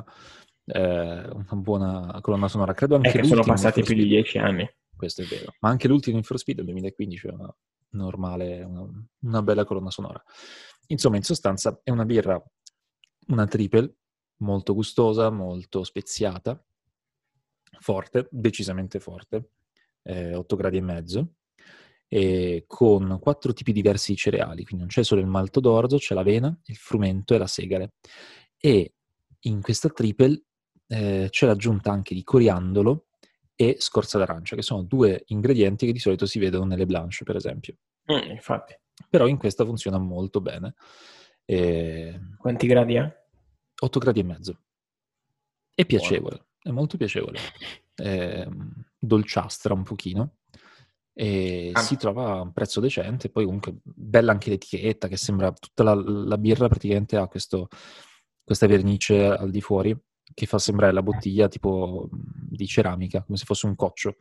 eh, una buona colonna sonora. Credo È anche che sono l'ultimo Need passati for più di Speed. dieci anni. Questo è vero. Ma anche l'ultimo Need for Speed del duemilaquindici è una normale, una, una bella colonna sonora. Insomma, in sostanza è una birra, una triple, molto gustosa, molto speziata, forte, decisamente forte, eh, otto gradi e mezzo, e con quattro tipi diversi di cereali, quindi non c'è solo il malto d'orzo, c'è l'avena, il frumento e la segale. E in questa triple eh, c'è l'aggiunta anche di coriandolo e scorza d'arancia, che sono due ingredienti che di solito si vedono nelle blanche, per esempio. Mm, infatti. Però in questa funziona molto bene. E... Quanti gradi ha? otto gradi e mezzo. È Buono. piacevole, è molto piacevole. È dolciastra un pochino e si Ah, trova a un prezzo decente. Poi comunque bella anche l'etichetta, che sembra tutta la, la birra praticamente ha questo, questa vernice al di fuori che fa sembrare la bottiglia tipo di ceramica, come se fosse un coccio.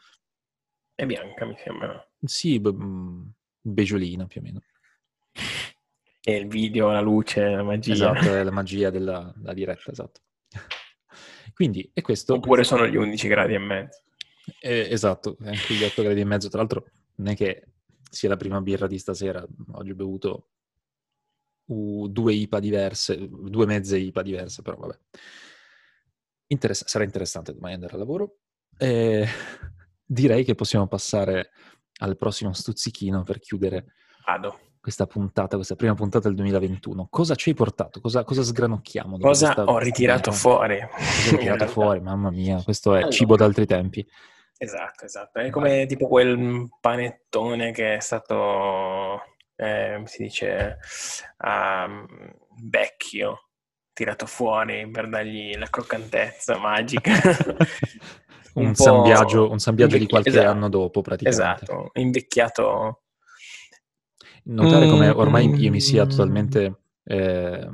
è bianca, mi sembra. Sì, be- mh, beggiolina più o meno. E il video, la luce, la magia. Esatto, è la magia della, della diretta, esatto. Quindi, è questo. Oppure sono gli undici gradi e mezzo. Eh, esatto, anche gli otto gradi e mezzo. Tra l'altro, non è che sia la prima birra di stasera. Oggi ho bevuto uh, due I P A diverse, due mezze I P A diverse, però vabbè. Interess- sarà interessante domani andare al lavoro. E direi che possiamo passare al prossimo stuzzichino per chiudere Vado. questa puntata, questa prima puntata del duemilaventuno. Cosa ci hai portato? Cosa, cosa sgranocchiamo dopo Cosa questa ho ritirato birra? fuori, Cosa hai in ritirato realtà? fuori? Mamma mia, questo è cibo Allora, d'altri tempi. esatto, esatto. È Vai. come tipo quel panettone che è stato, eh, come si dice, um, vecchio, tirato fuori per dargli la croccantezza magica. un Un San po' Biagio, un San Biagio di invecchiato, qualche esatto, anno dopo, praticamente. esatto, invecchiato. Notare come ormai io mi sia Mm. totalmente, eh,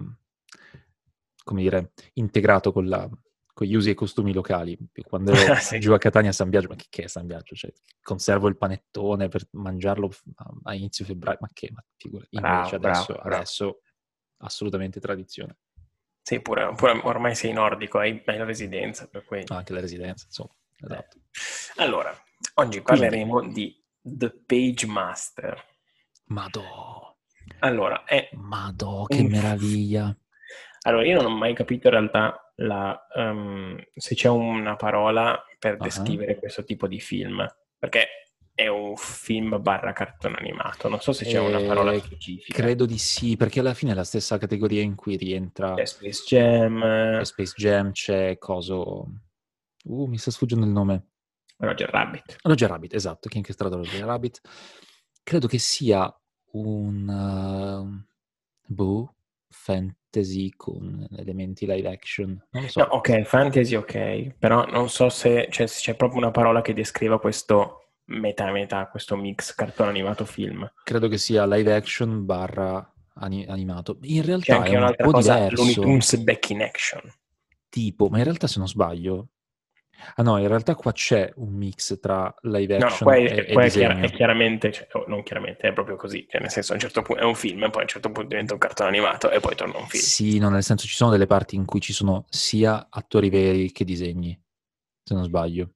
come dire, integrato con, la, con gli usi e costumi locali. Quando ero Sì. giù a Catania a San Biagio, ma che, che è San Biagio? Cioè, conservo il panettone per mangiarlo a, a inizio febbraio, ma che, ma figura. Invece Bravo, adesso, bravo, bravo. adesso assolutamente tradizione. Sì, pure, pure ormai sei nordico, hai, hai la residenza, per cui... Ah, anche la residenza, insomma, Eh. esatto. Allora, oggi Quindi, parleremo di The Page Master. madò, Allora, è madò, che un... meraviglia. Allora, io non ho mai capito in realtà la, um, se c'è una parola per Uh-huh. descrivere questo tipo di film, perché è un film barra cartone animato, non so se c'è una parola Eh, specifica. credo di sì, perché alla fine è la stessa categoria in cui rientra C'è Space Jam, c'è Space Jam, c'è coso... Uh, mi sta sfuggendo il nome. Roger Rabbit. Roger Rabbit, esatto, chi ha incastrato Roger Rabbit. Credo che sia un... Uh, boh, fantasy con elementi live action, non lo so. No, ok, fantasy ok, però non so se c'è, se c'è proprio una parola che descriva questo metà metà, questo mix cartone animato film. Credo che sia live action barra ani- animato. In C'è realtà è anche un un'altra po' cosa, Looney diverso, Tunes Back in Action. tipo, ma in realtà se non sbaglio... Ah no, in realtà qua c'è un mix tra live No, no, action qua e, è, e qua è, chiar- disegno. è chiaramente, cioè, oh, non chiaramente, è proprio così, cioè nel senso a un certo punto è un film, e poi a un certo punto diventa un cartone animato e poi torna un film. Sì, no, nel senso ci sono delle parti in cui ci sono sia attori veri che disegni, se non sbaglio.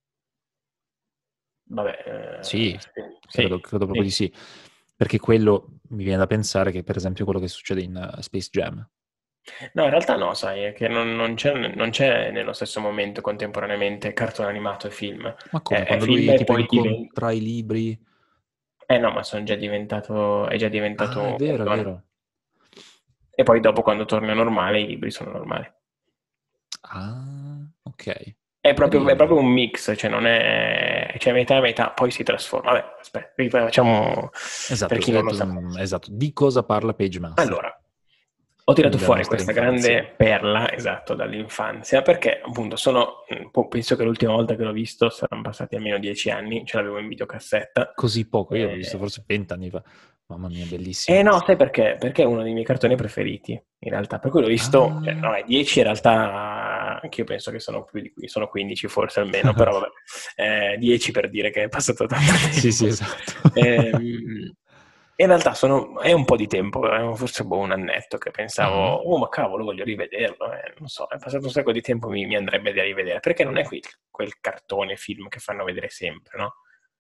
Vabbè, eh, Sì, sì, credo, credo proprio sì. di sì. Perché quello mi viene da pensare che, per esempio, quello che succede in uh, Space Jam. No, in realtà no, sai, è che non, non c'è, non c'è nello stesso momento contemporaneamente cartone animato e film. Ma È, come? è Quando film lui e tipo poi diventa... incontra i libri? Eh no, ma sono già diventato, è già Ah, è diventato vero, è cartone. vero. E poi dopo quando torna normale i libri sono normali. Ah, ok. È proprio, è proprio Carino. un mix, cioè non è... cioè metà e metà, poi si trasforma. Vabbè, aspetta, rifacciamo per Esatto, chi non eh, lo tu- sapesse. esatto. Di cosa parla Page Master? Allora, ho tirato Quindi della fuori nostra questa infanzia. grande perla, esatto, dall'infanzia, perché appunto sono, un po'- penso che l'ultima volta che l'ho visto saranno passati almeno dieci anni, ce l'avevo in videocassetta. Così poco, io l'ho visto Eh, forse vent'anni fa. Mamma mia, eh bellissimo. no, sai perché? Perché è uno dei miei cartoni preferiti, in realtà. Per cui l'ho visto, cioè, Ah, no, è dieci in realtà, anche io penso che sono più di qui, sono quindici forse almeno, però vabbè, eh, dieci per dire che è passato tanto sì, sì, tempo. esatto. Ehm, in realtà sono, è un po' di tempo, eh, forse boh, un annetto che Ah, pensavo, oh ma cavolo, voglio rivederlo, eh, non so, è passato un sacco di tempo, mi, mi andrebbe da rivedere, perché non è quel, quel cartone film che fanno vedere sempre, no?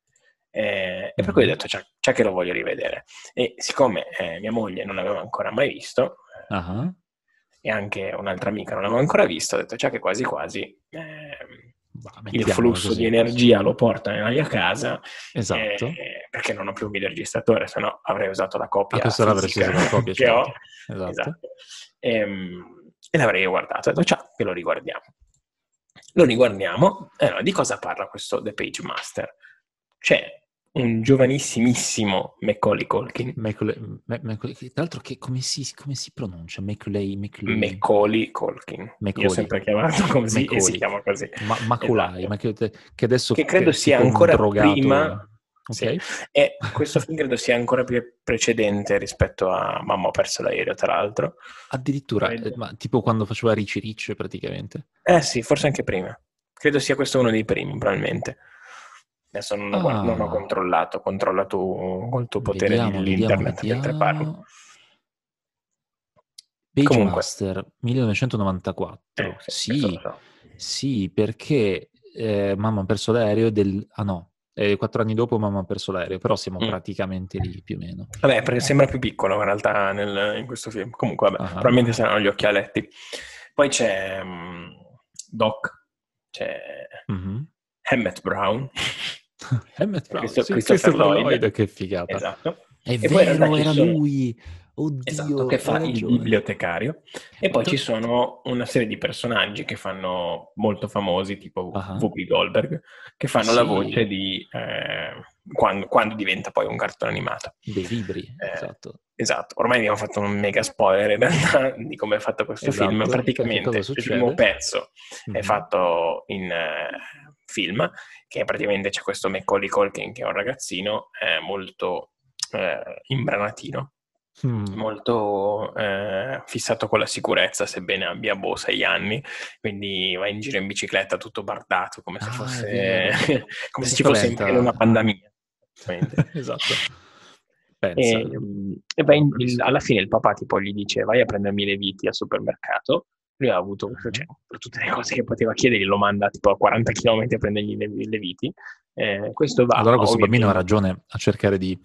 Eh, e per cui ho mhm, detto, c'è, c'è che lo voglio rivedere. E siccome eh, mia moglie non l'aveva ancora mai visto, ah, eh, e anche un'altra amica non l'aveva ancora visto, ho detto, c'è che quasi quasi eh, bah, il mettiamolo flusso di così. energia lo porta nella mia casa, Esatto. eh, perché non ho più un videoregistratore, se no avrei usato la A copia quest'ora avresti fisica usato la copia, che ho. certo. Esatto. Esatto. Ehm, E, l'avrei guardato, ho detto, ciao, che lo riguardiamo. Lo riguardiamo, e allora, di cosa parla questo The Page Master? C'è un giovanissimissimo Macaulay Culkin, Macaulay, Ma- Macaulay- tra l'altro che, come si, come si pronuncia? Macaulay, Macaulay, Macaulay Culkin. Io ho Macaulay, sempre chiamato così e si Macaulay, chiama così. Ma- Macaulay, Esatto. ma che, che adesso Che che credo è sia tipo un ancora prima, drogato, sì, ok? e questo film credo sia ancora più precedente rispetto a Mamma ho perso l'aereo, tra l'altro. Addirittura, eh, Credo. ma tipo quando faceva Ricci Ricci praticamente. Eh sì, forse anche prima. Credo sia questo uno dei primi, probabilmente. Adesso non ho, guard- non ho Ah, controllato, controlla tu col tuo potere di vediamo, vediamo, l'internet mentre parlo. vediamo. Page Comunque, Master eh, millenovecentonovantaquattro, sì, questo lo sì, so. sì, perché eh, Mamma ha perso l'aereo del... Ah no, eh, quattro anni dopo Mamma ha perso l'aereo, però siamo Mm. praticamente lì più o meno. Vabbè, perché sembra più piccolo in realtà nel- in questo film. Comunque, vabbè, Ah, ah. probabilmente saranno gli occhialetti. Poi c'è mm, Doc, c'è Mhm. Emmett Brown, Emmett Brown, Christo- sì, Christopher Christopher Lloyd, Lloyd, che figata. esatto. È E poi in realtà vero, ci era sono, lui. esatto, che Oddio, hai fa il ragione. bibliotecario. E Ma poi ci tra- sono una serie di personaggi che fanno molto famosi, tipo Ah, ah. Whoopi Goldberg, che fanno la Sì, voce di eh, quando, quando diventa poi un cartone animato. dei libri, Eh, esatto. esatto, ormai abbiamo fatto un mega spoiler in realtà di come è fatto questo film. Esatto, perché cosa Praticamente il primo succede? pezzo è Mhm. fatto in eh, film, che praticamente c'è questo Macaulay Culkin che è un ragazzino eh, molto eh, imbranatino, Mm. molto eh, fissato con la sicurezza, sebbene abbia boh sei anni, quindi va in giro in bicicletta tutto bardato, come se Ah, è fosse vero. come E se si ci fosse in in una spaventa. pandemia. Praticamente. Esatto. E, Pensa, e non beh, l'ho in- mai il- vissuto. alla fine il papà tipo gli dice vai a prendermi le viti al supermercato. Lui ha avuto, Ah. cioè, per tutte le cose che poteva chiedergli, lo manda tipo a quaranta chilometri a prendergli le, le viti. Eh, questo va, Allora questo bambino ha ovviamente. ragione a cercare di,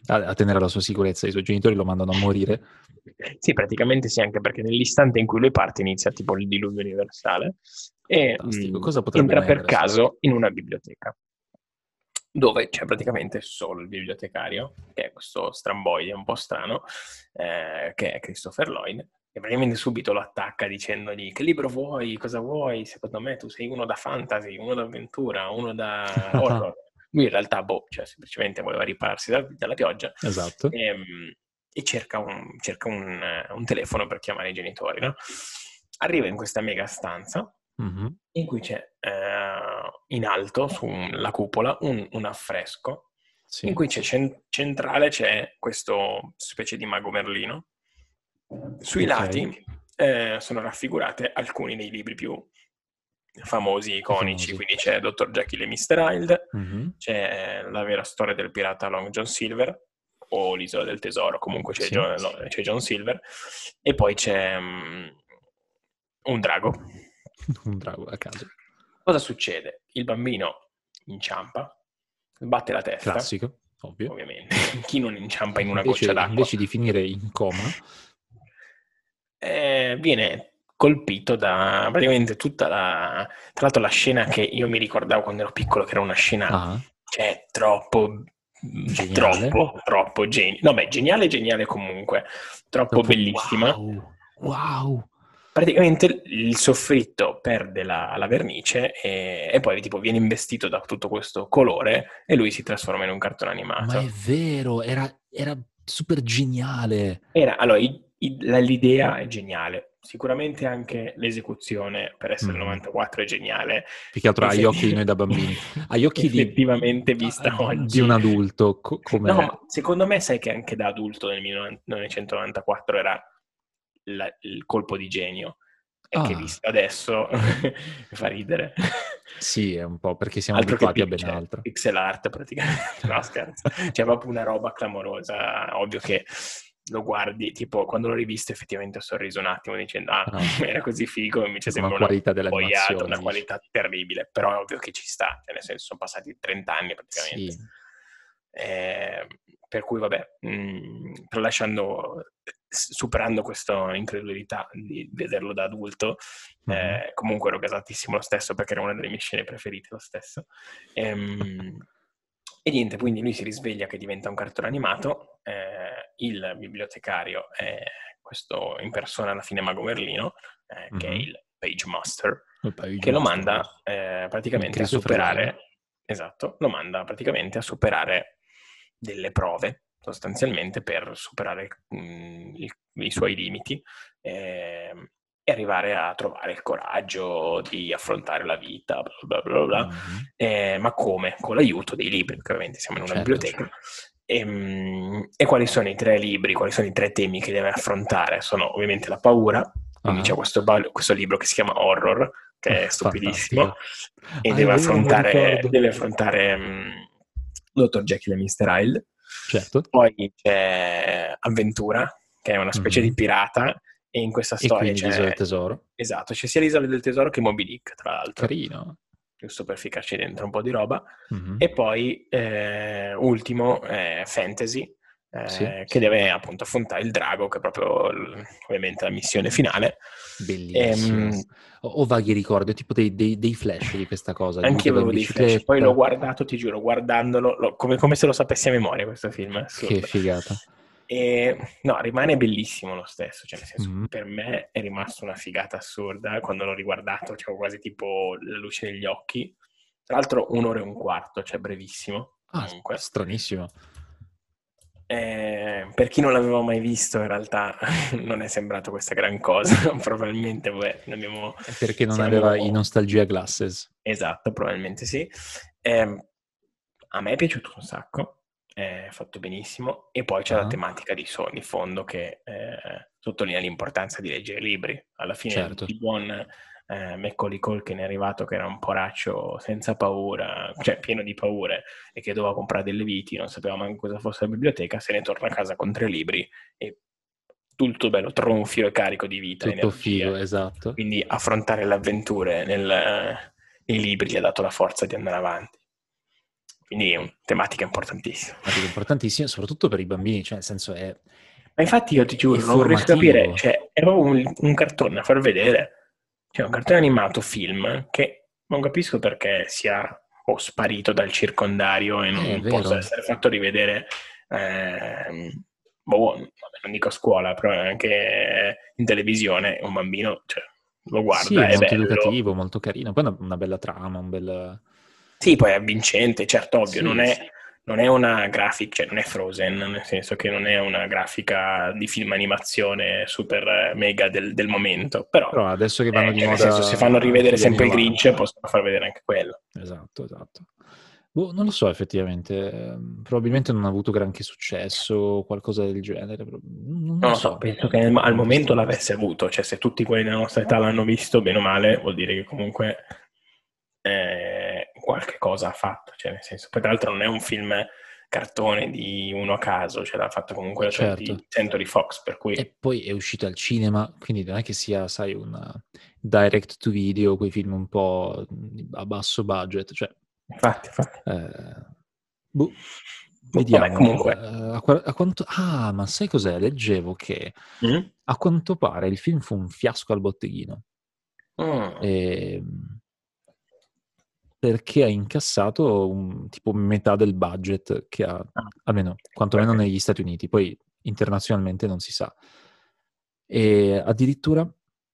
a, a tenere la sua sicurezza, i suoi genitori lo mandano a morire. Sì, praticamente sì, anche perché nell'istante in cui lui parte inizia tipo il diluvio universale e Fantastico. mh, Cosa potrebbe entra mai per avere successo? caso in una biblioteca dove c'è praticamente solo il bibliotecario, che è questo stramboide un po' strano, eh, che è Christopher Lloyd, e praticamente subito lo attacca dicendogli che libro vuoi, cosa vuoi, secondo me tu sei uno da fantasy, uno da avventura, uno da horror. Lui in realtà, boh, cioè semplicemente voleva ripararsi da, dalla pioggia Esatto. e, e cerca, un, cerca un, un telefono per chiamare i genitori, no? Arriva in questa mega stanza Mm-hmm. in cui c'è eh, in alto, sulla cupola, un, un affresco, Sì. in cui c'è cen- centrale c'è questo specie di mago Merlino. Sui Ok. lati eh, sono raffigurate alcuni dei libri più famosi, Più iconici, famosi. quindi c'è dottor Jekyll e mister Hyde, Mm-hmm. c'è La vera storia del pirata Long John Silver, o L'isola del tesoro, comunque c'è, Sì. John, no, c'è John Silver, e poi c'è um, un drago. Un drago a caso. Cosa succede? Il bambino inciampa, batte la testa, Classico, ovvio. ovviamente. Chi non inciampa in una Invece, goccia d'acqua? invece di finire in coma, Eh, viene colpito da praticamente tutta la... Tra l'altro la scena che io mi ricordavo quando ero piccolo, che era una scena, ah, cioè, troppo, geniale. troppo, troppo geniale. No, beh, geniale, geniale comunque. Troppo Troppo bellissima. wow, wow. Praticamente il soffritto perde la, la vernice e, e poi tipo viene investito da tutto questo colore e lui si trasforma in un cartone Ma è animato. vero, era, era super geniale. Era, allora, i- i- la- l'idea è geniale, sicuramente anche l'esecuzione per essere il Mhm. novantaquattro è geniale, Più che altro agli occhi di noi Effetti- da bambini, agli occhi di, effettivamente vista di un oggi. adulto, co- No, come... ma secondo me sai che anche da adulto nel millenovecentonovantaquattro era la- il colpo di genio, è che Ah, visto adesso fa ridere. sì, è un po' perché siamo Altro che abituati a pi- ben cioè, altro. pixel art praticamente, no scherzo, c'è proprio una roba clamorosa, ovvio che lo guardi, tipo quando l'ho rivisto effettivamente ho sorriso un attimo dicendo ah, Ah, era così figo, invece come sembra una qualità boiata, dell'animazione, una dici. qualità terribile, però è ovvio che ci sta, cioè nel senso sono passati trenta anni praticamente. Sì. Eh, per cui vabbè, mh, tralasciando, superando questa incredulità di vederlo da adulto, Mhm. eh, comunque ero gasatissimo lo stesso perché era una delle mie scene preferite lo stesso. Ehm, e niente, quindi lui si risveglia che diventa un cartone animato, eh, il bibliotecario è questo in persona alla fine Mago Merlino, eh, che è Mhm. il Page Master, Il Page che lo Master. manda eh, praticamente a Christopher Lloyd. superare, esatto, lo manda praticamente a superare delle prove, sostanzialmente per superare mh, i, i suoi limiti eh, e arrivare a trovare il coraggio di affrontare la vita, bla bla bla bla. Mhm. Eh, ma come? Con l'aiuto dei libri, perché ovviamente siamo in una Certo. biblioteca. E, mh, e quali sono i tre libri, quali sono i tre temi che deve affrontare? Sono ovviamente la paura, quindi Ah. c'è questo, ba- questo libro che si chiama Horror, che è stupidissimo, Fantastico. e Ah, è deve vero, me lo affrontare, ricordo. deve affrontare mh, dottor Jekyll e mister Hyde. Certo. Poi c'è Avventura, che è una specie di Mhm. pirata, e in questa E storia quindi c'è... l'Isola del Tesoro. Esatto, c'è sia l'Isola del Tesoro che Moby Dick, tra l'altro, Carino. giusto per ficarci dentro un po' di roba. Mhm. E poi, eh, ultimo, eh, Fantasy, Sì. eh, che deve appunto affrontare il drago, che è proprio l- ovviamente la missione finale. Bellissimo. Ehm, Ho, ho vaghi ricordi, ho tipo dei, dei- dei flash di questa cosa, di lui Anche che io va in avevo dei flash, poi l'ho bicicletta. guardato, ti giuro, guardandolo, lo- come, come se lo sapessi a memoria questo film, è Che assurdo. figata. E no, rimane bellissimo lo stesso, cioè nel senso, Mhm. per me è rimasto una figata assurda, quando l'ho riguardato c'avevo quasi tipo la luce negli occhi. Tra l'altro un'ora e un quarto, cioè brevissimo, Ah, comunque. stranissimo. Eh, per chi non l'aveva mai visto, in realtà non è sembrato questa gran cosa, probabilmente beh, ne abbiamo, È perché non aveva i siamo... nostalgia glasses. Esatto, probabilmente sì. Ehm, a me è piaciuto un sacco, è fatto benissimo, e poi c'è la Ah, tematica di, so- di fondo che eh, sottolinea l'importanza di leggere libri. Alla fine il, certo. il buon eh, Macaulay Culkin è arrivato che era un poraccio senza paura, cioè pieno di paure, e che doveva comprare delle viti, non sapeva manco cosa fosse la biblioteca, se ne torna a casa con tre libri e tutto bello tronfio e carico di vita, Tutto figo, energie. esatto. Quindi affrontare le avventure nel, nei libri gli ha dato la forza di andare avanti. quindi è una tematica importantissima. Tematica importantissima, soprattutto per i bambini, cioè nel senso è, Ma infatti io ti è, è giuro, non riesco a capire, formativo. cioè è proprio un, un cartone da far vedere, cioè un cartone animato film che non capisco perché sia o sparito dal circondario e Eh, È non possa vero. essere fatto rivedere, ehm, boh, vabbè, non dico a scuola, però anche in televisione, un bambino, cioè, lo Sì, è guarda, è molto bello. educativo, molto carino. Poi è una, una bella trama, un bel... Sì, poi è avvincente, certo, ovvio, non Sì, è, sì. non è una grafica, cioè non è Frozen, nel senso che non è una grafica di film animazione super eh, mega del, del momento, però, Però adesso che vanno eh, di cioè nel senso, se fanno moda anche rivedere gli anni sempre il Grinch, novanta. possono far vedere anche quello. Esatto, esatto. Boh, non lo so effettivamente, ehm, probabilmente non ha avuto granché successo, qualcosa del genere, però non Non lo lo so, so, penso che nel- è al un momento tristezza. l'avesse avuto, cioè se tutti quelli della nostra età l'hanno visto, bene o male, vuol dire che comunque eh, qualche cosa ha fatto, cioè nel senso, poi tra l'altro non è un film cartone di uno a caso, cioè l'ha fatto comunque la Certo. Century Century Fox, per cui E poi è uscito al cinema, quindi non è che sia, sai, un direct to video, quei film un po' a basso budget, cioè... infatti, infatti. eh, boh, Boh, vabbè, vediamo. comunque. Eh, a, qua- a quanto... Ah, ma sai cos'è? Leggevo che Mm? a quanto pare il film fu un fiasco al botteghino. Mm. Ehm, perché ha incassato un, tipo metà del budget che ha, Ah, almeno quantomeno perché? negli Stati Uniti, poi internazionalmente non si sa. E addirittura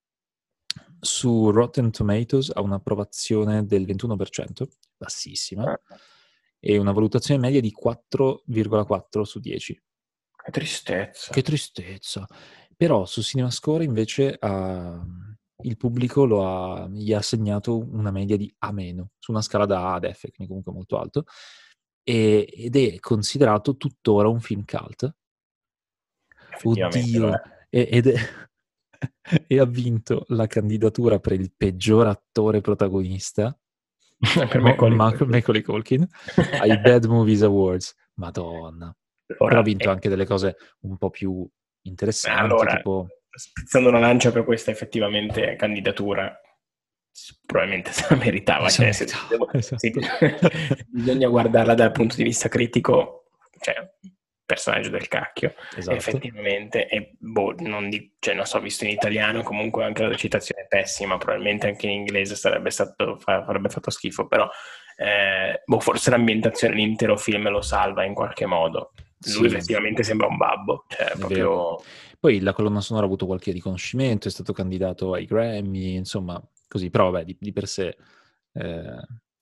su Rotten Tomatoes ha un'approvazione del ventuno per cento, bassissima, Ah, e una valutazione media di quattro virgola quattro su dieci. che tristezza. Che tristezza. Però su CinemaScore invece ha- il pubblico lo ha- gli ha assegnato una media di A-, su una scala da A ad F, quindi comunque molto alto, e- ed è considerato tuttora un film cult. Effettivamente lo Oddio, è. e, ed è, e ha vinto la candidatura per il peggior attore protagonista, Per me Mo- quelli. Ma- Macaulay Culkin, ai Bad Movies Awards. Madonna. Però ha Ora, vinto eh, anche delle cose un po' più interessanti, allora, tipo... spezzando una lancia per questa effettivamente candidatura, s- probabilmente se la meritava, Se cioè lo nel senso, meritava, devo- sì, esatto. bisogna guardarla dal punto di vista critico, cioè personaggio del cacchio, Esatto. effettivamente, e boh, non, di- cioè, non so, visto in italiano, comunque anche la recitazione è pessima, probabilmente anche in inglese sarebbe stato, fa- farebbe fatto schifo, però eh, boh, forse l'ambientazione, l'intero film lo salva in qualche modo. Lui Sì, effettivamente sembra un babbo, cioè è vero. proprio. Poi la colonna sonora ha avuto qualche riconoscimento, è stato candidato ai Grammy, insomma, così. Però vabbè, di, di per sé eh,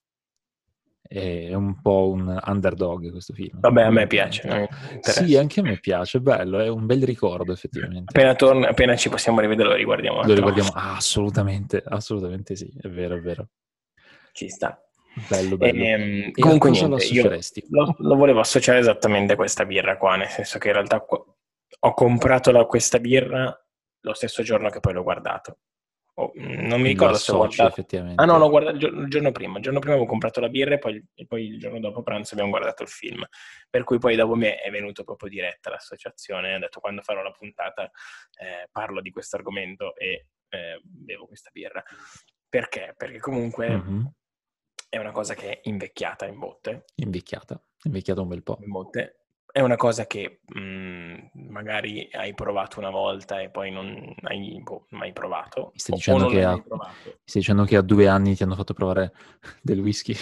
è un po' un underdog questo film, Vabbè, a me piace, fondamentalmente. non mi Sì, interessa. anche a me piace, è bello, è un bel ricordo effettivamente. Appena torna, appena ci possiamo rivedere, lo riguardiamo Lo un'altra riguardiamo? volta. Ah, assolutamente, assolutamente sì, è vero, è vero. Ci sta. Bello, bello. Ehm, E a comunque cosa lo niente, io associeresti? lo, lo volevo associare esattamente a questa birra qua, nel senso che in realtà qua- ho comprato la- questa birra lo stesso giorno che poi l'ho guardato. Oh, mm, non mi Quindi lo ricordo se ho associ guardato. Ah no, effettivamente. l'ho guardato il giorno, il giorno prima. Il giorno prima avevo comprato la birra e poi, e poi il giorno dopo pranzo abbiamo guardato il film. Per cui poi dopo me è venuto proprio diretta l'associazione. Ho detto quando farò la puntata eh, parlo di questo argomento e eh, bevo questa birra. Perché? Perché comunque Mhm. è una cosa che è invecchiata in botte. Invecchiata, invecchiata un bel po'. In botte. È una cosa che mh, magari hai provato una volta e poi non hai boh, mai provato, Mi stai o, o dicendo non che l'hai a, mai mi provato. stai dicendo che a due anni ti hanno fatto provare del whisky?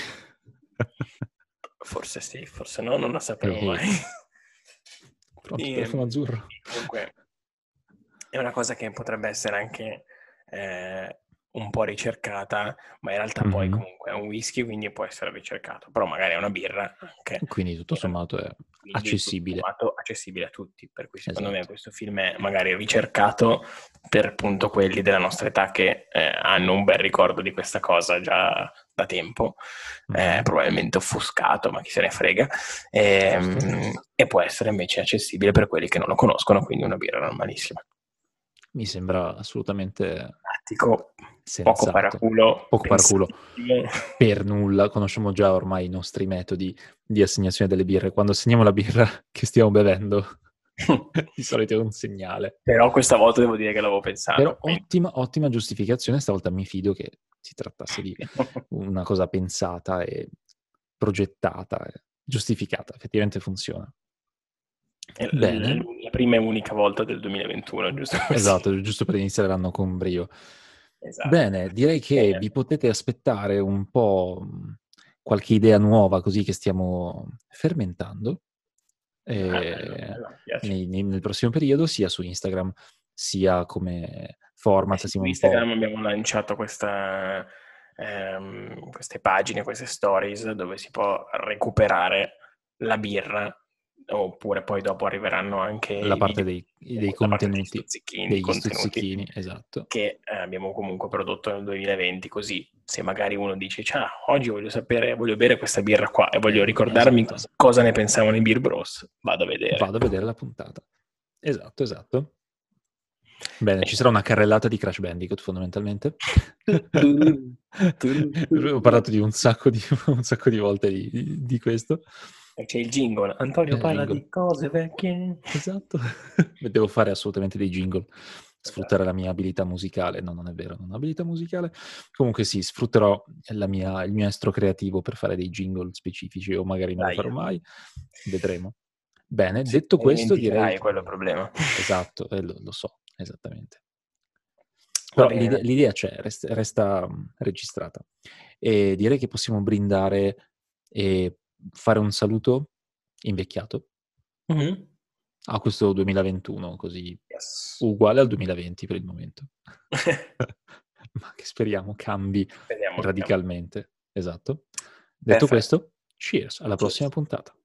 Forse sì, forse no, non lo sapremo Ehi, mai. pronto, E, telefono azzurro. comunque è una cosa che potrebbe essere anche eh, un po' ricercata, ma in realtà poi Mhm. comunque è un whisky, quindi può essere ricercato, però magari è una birra anche, Quindi tutto sommato è quindi tutto accessibile. sommato accessibile a tutti, per cui secondo me Esatto. questo film è magari ricercato per appunto quelli della nostra età che eh, hanno un bel ricordo di questa cosa già da tempo, eh, Mhm. probabilmente offuscato, ma chi se ne frega, Giusto. e, e può essere invece accessibile per quelli che non lo conoscono, quindi una birra normalissima. Mi sembra assolutamente Tattico, poco sensato. paraculo, Poco paraculo. pensatissimo. Per nulla. Conosciamo già ormai i nostri metodi di assegnazione delle birre. Quando assegniamo la birra che stiamo bevendo, di solito è un segnale. Però questa volta devo dire che l'avevo pensato, Però quindi. ottima, ottima giustificazione. Stavolta mi fido che si trattasse di una cosa pensata e progettata, e giustificata, effettivamente funziona. È l- Bene, la prima e unica volta del duemilaventuno, giusto così. esatto, giusto per iniziare l'anno con brio. Esatto. Bene, direi che Bene. vi potete aspettare un po' mh, qualche idea nuova così che stiamo fermentando Ah, bello, eh, bello, mi piace. nei- nei- nel prossimo periodo, sia su Instagram, sia come Eh format, sì, sia su un po'. Instagram abbiamo lanciato questa, ehm, queste pagine, queste stories dove si può recuperare la birra, oppure poi dopo arriveranno anche La i parte video, dei, dei la parte degli contenuti, stuzzichini, i degli contenuti stuzzichini, esatto. che eh, abbiamo comunque prodotto nel duemilaventi, così se magari uno dice, ciao, oggi voglio sapere, voglio bere questa birra qua e voglio Eh, ricordarmi esatto. cosa, cosa ne pensavano i Beer Bros, vado a vedere. Vado a vedere la puntata. Esatto, esatto. Bene, ci sarà Bene. una carrellata di Crash Bandicoot fondamentalmente. Turururu, Ho turururu. parlato di un sacco di, un sacco di volte di, di- di questo. E c'è il jingle. Antonio Eh, parla jingle. di cose vecchie. Esatto. Devo fare assolutamente dei jingle. Sfruttare la Esatto. mia abilità musicale. No, non è vero, non ho abilità musicale. Comunque sì, sfrutterò la mia- il mio estro creativo per fare dei jingle specifici, o magari non lo Dai. farò mai. Vedremo. Bene, Sì, detto ne questo, direi. dimenticherai, quello è il problema. Esatto, eh, lo, lo so, esattamente. Va Però l'ide- bene. l'idea c'è, rest- resta, mh, registrata. E direi che possiamo brindare e fare un saluto invecchiato Mhm. a questo duemilaventuno, così Yes. uguale al duemilaventi per il momento. Ma che speriamo cambi Vediamo che cambia. radicalmente. Esatto. Detto Perfetto. questo, cheers, alla prossima Cheers. puntata.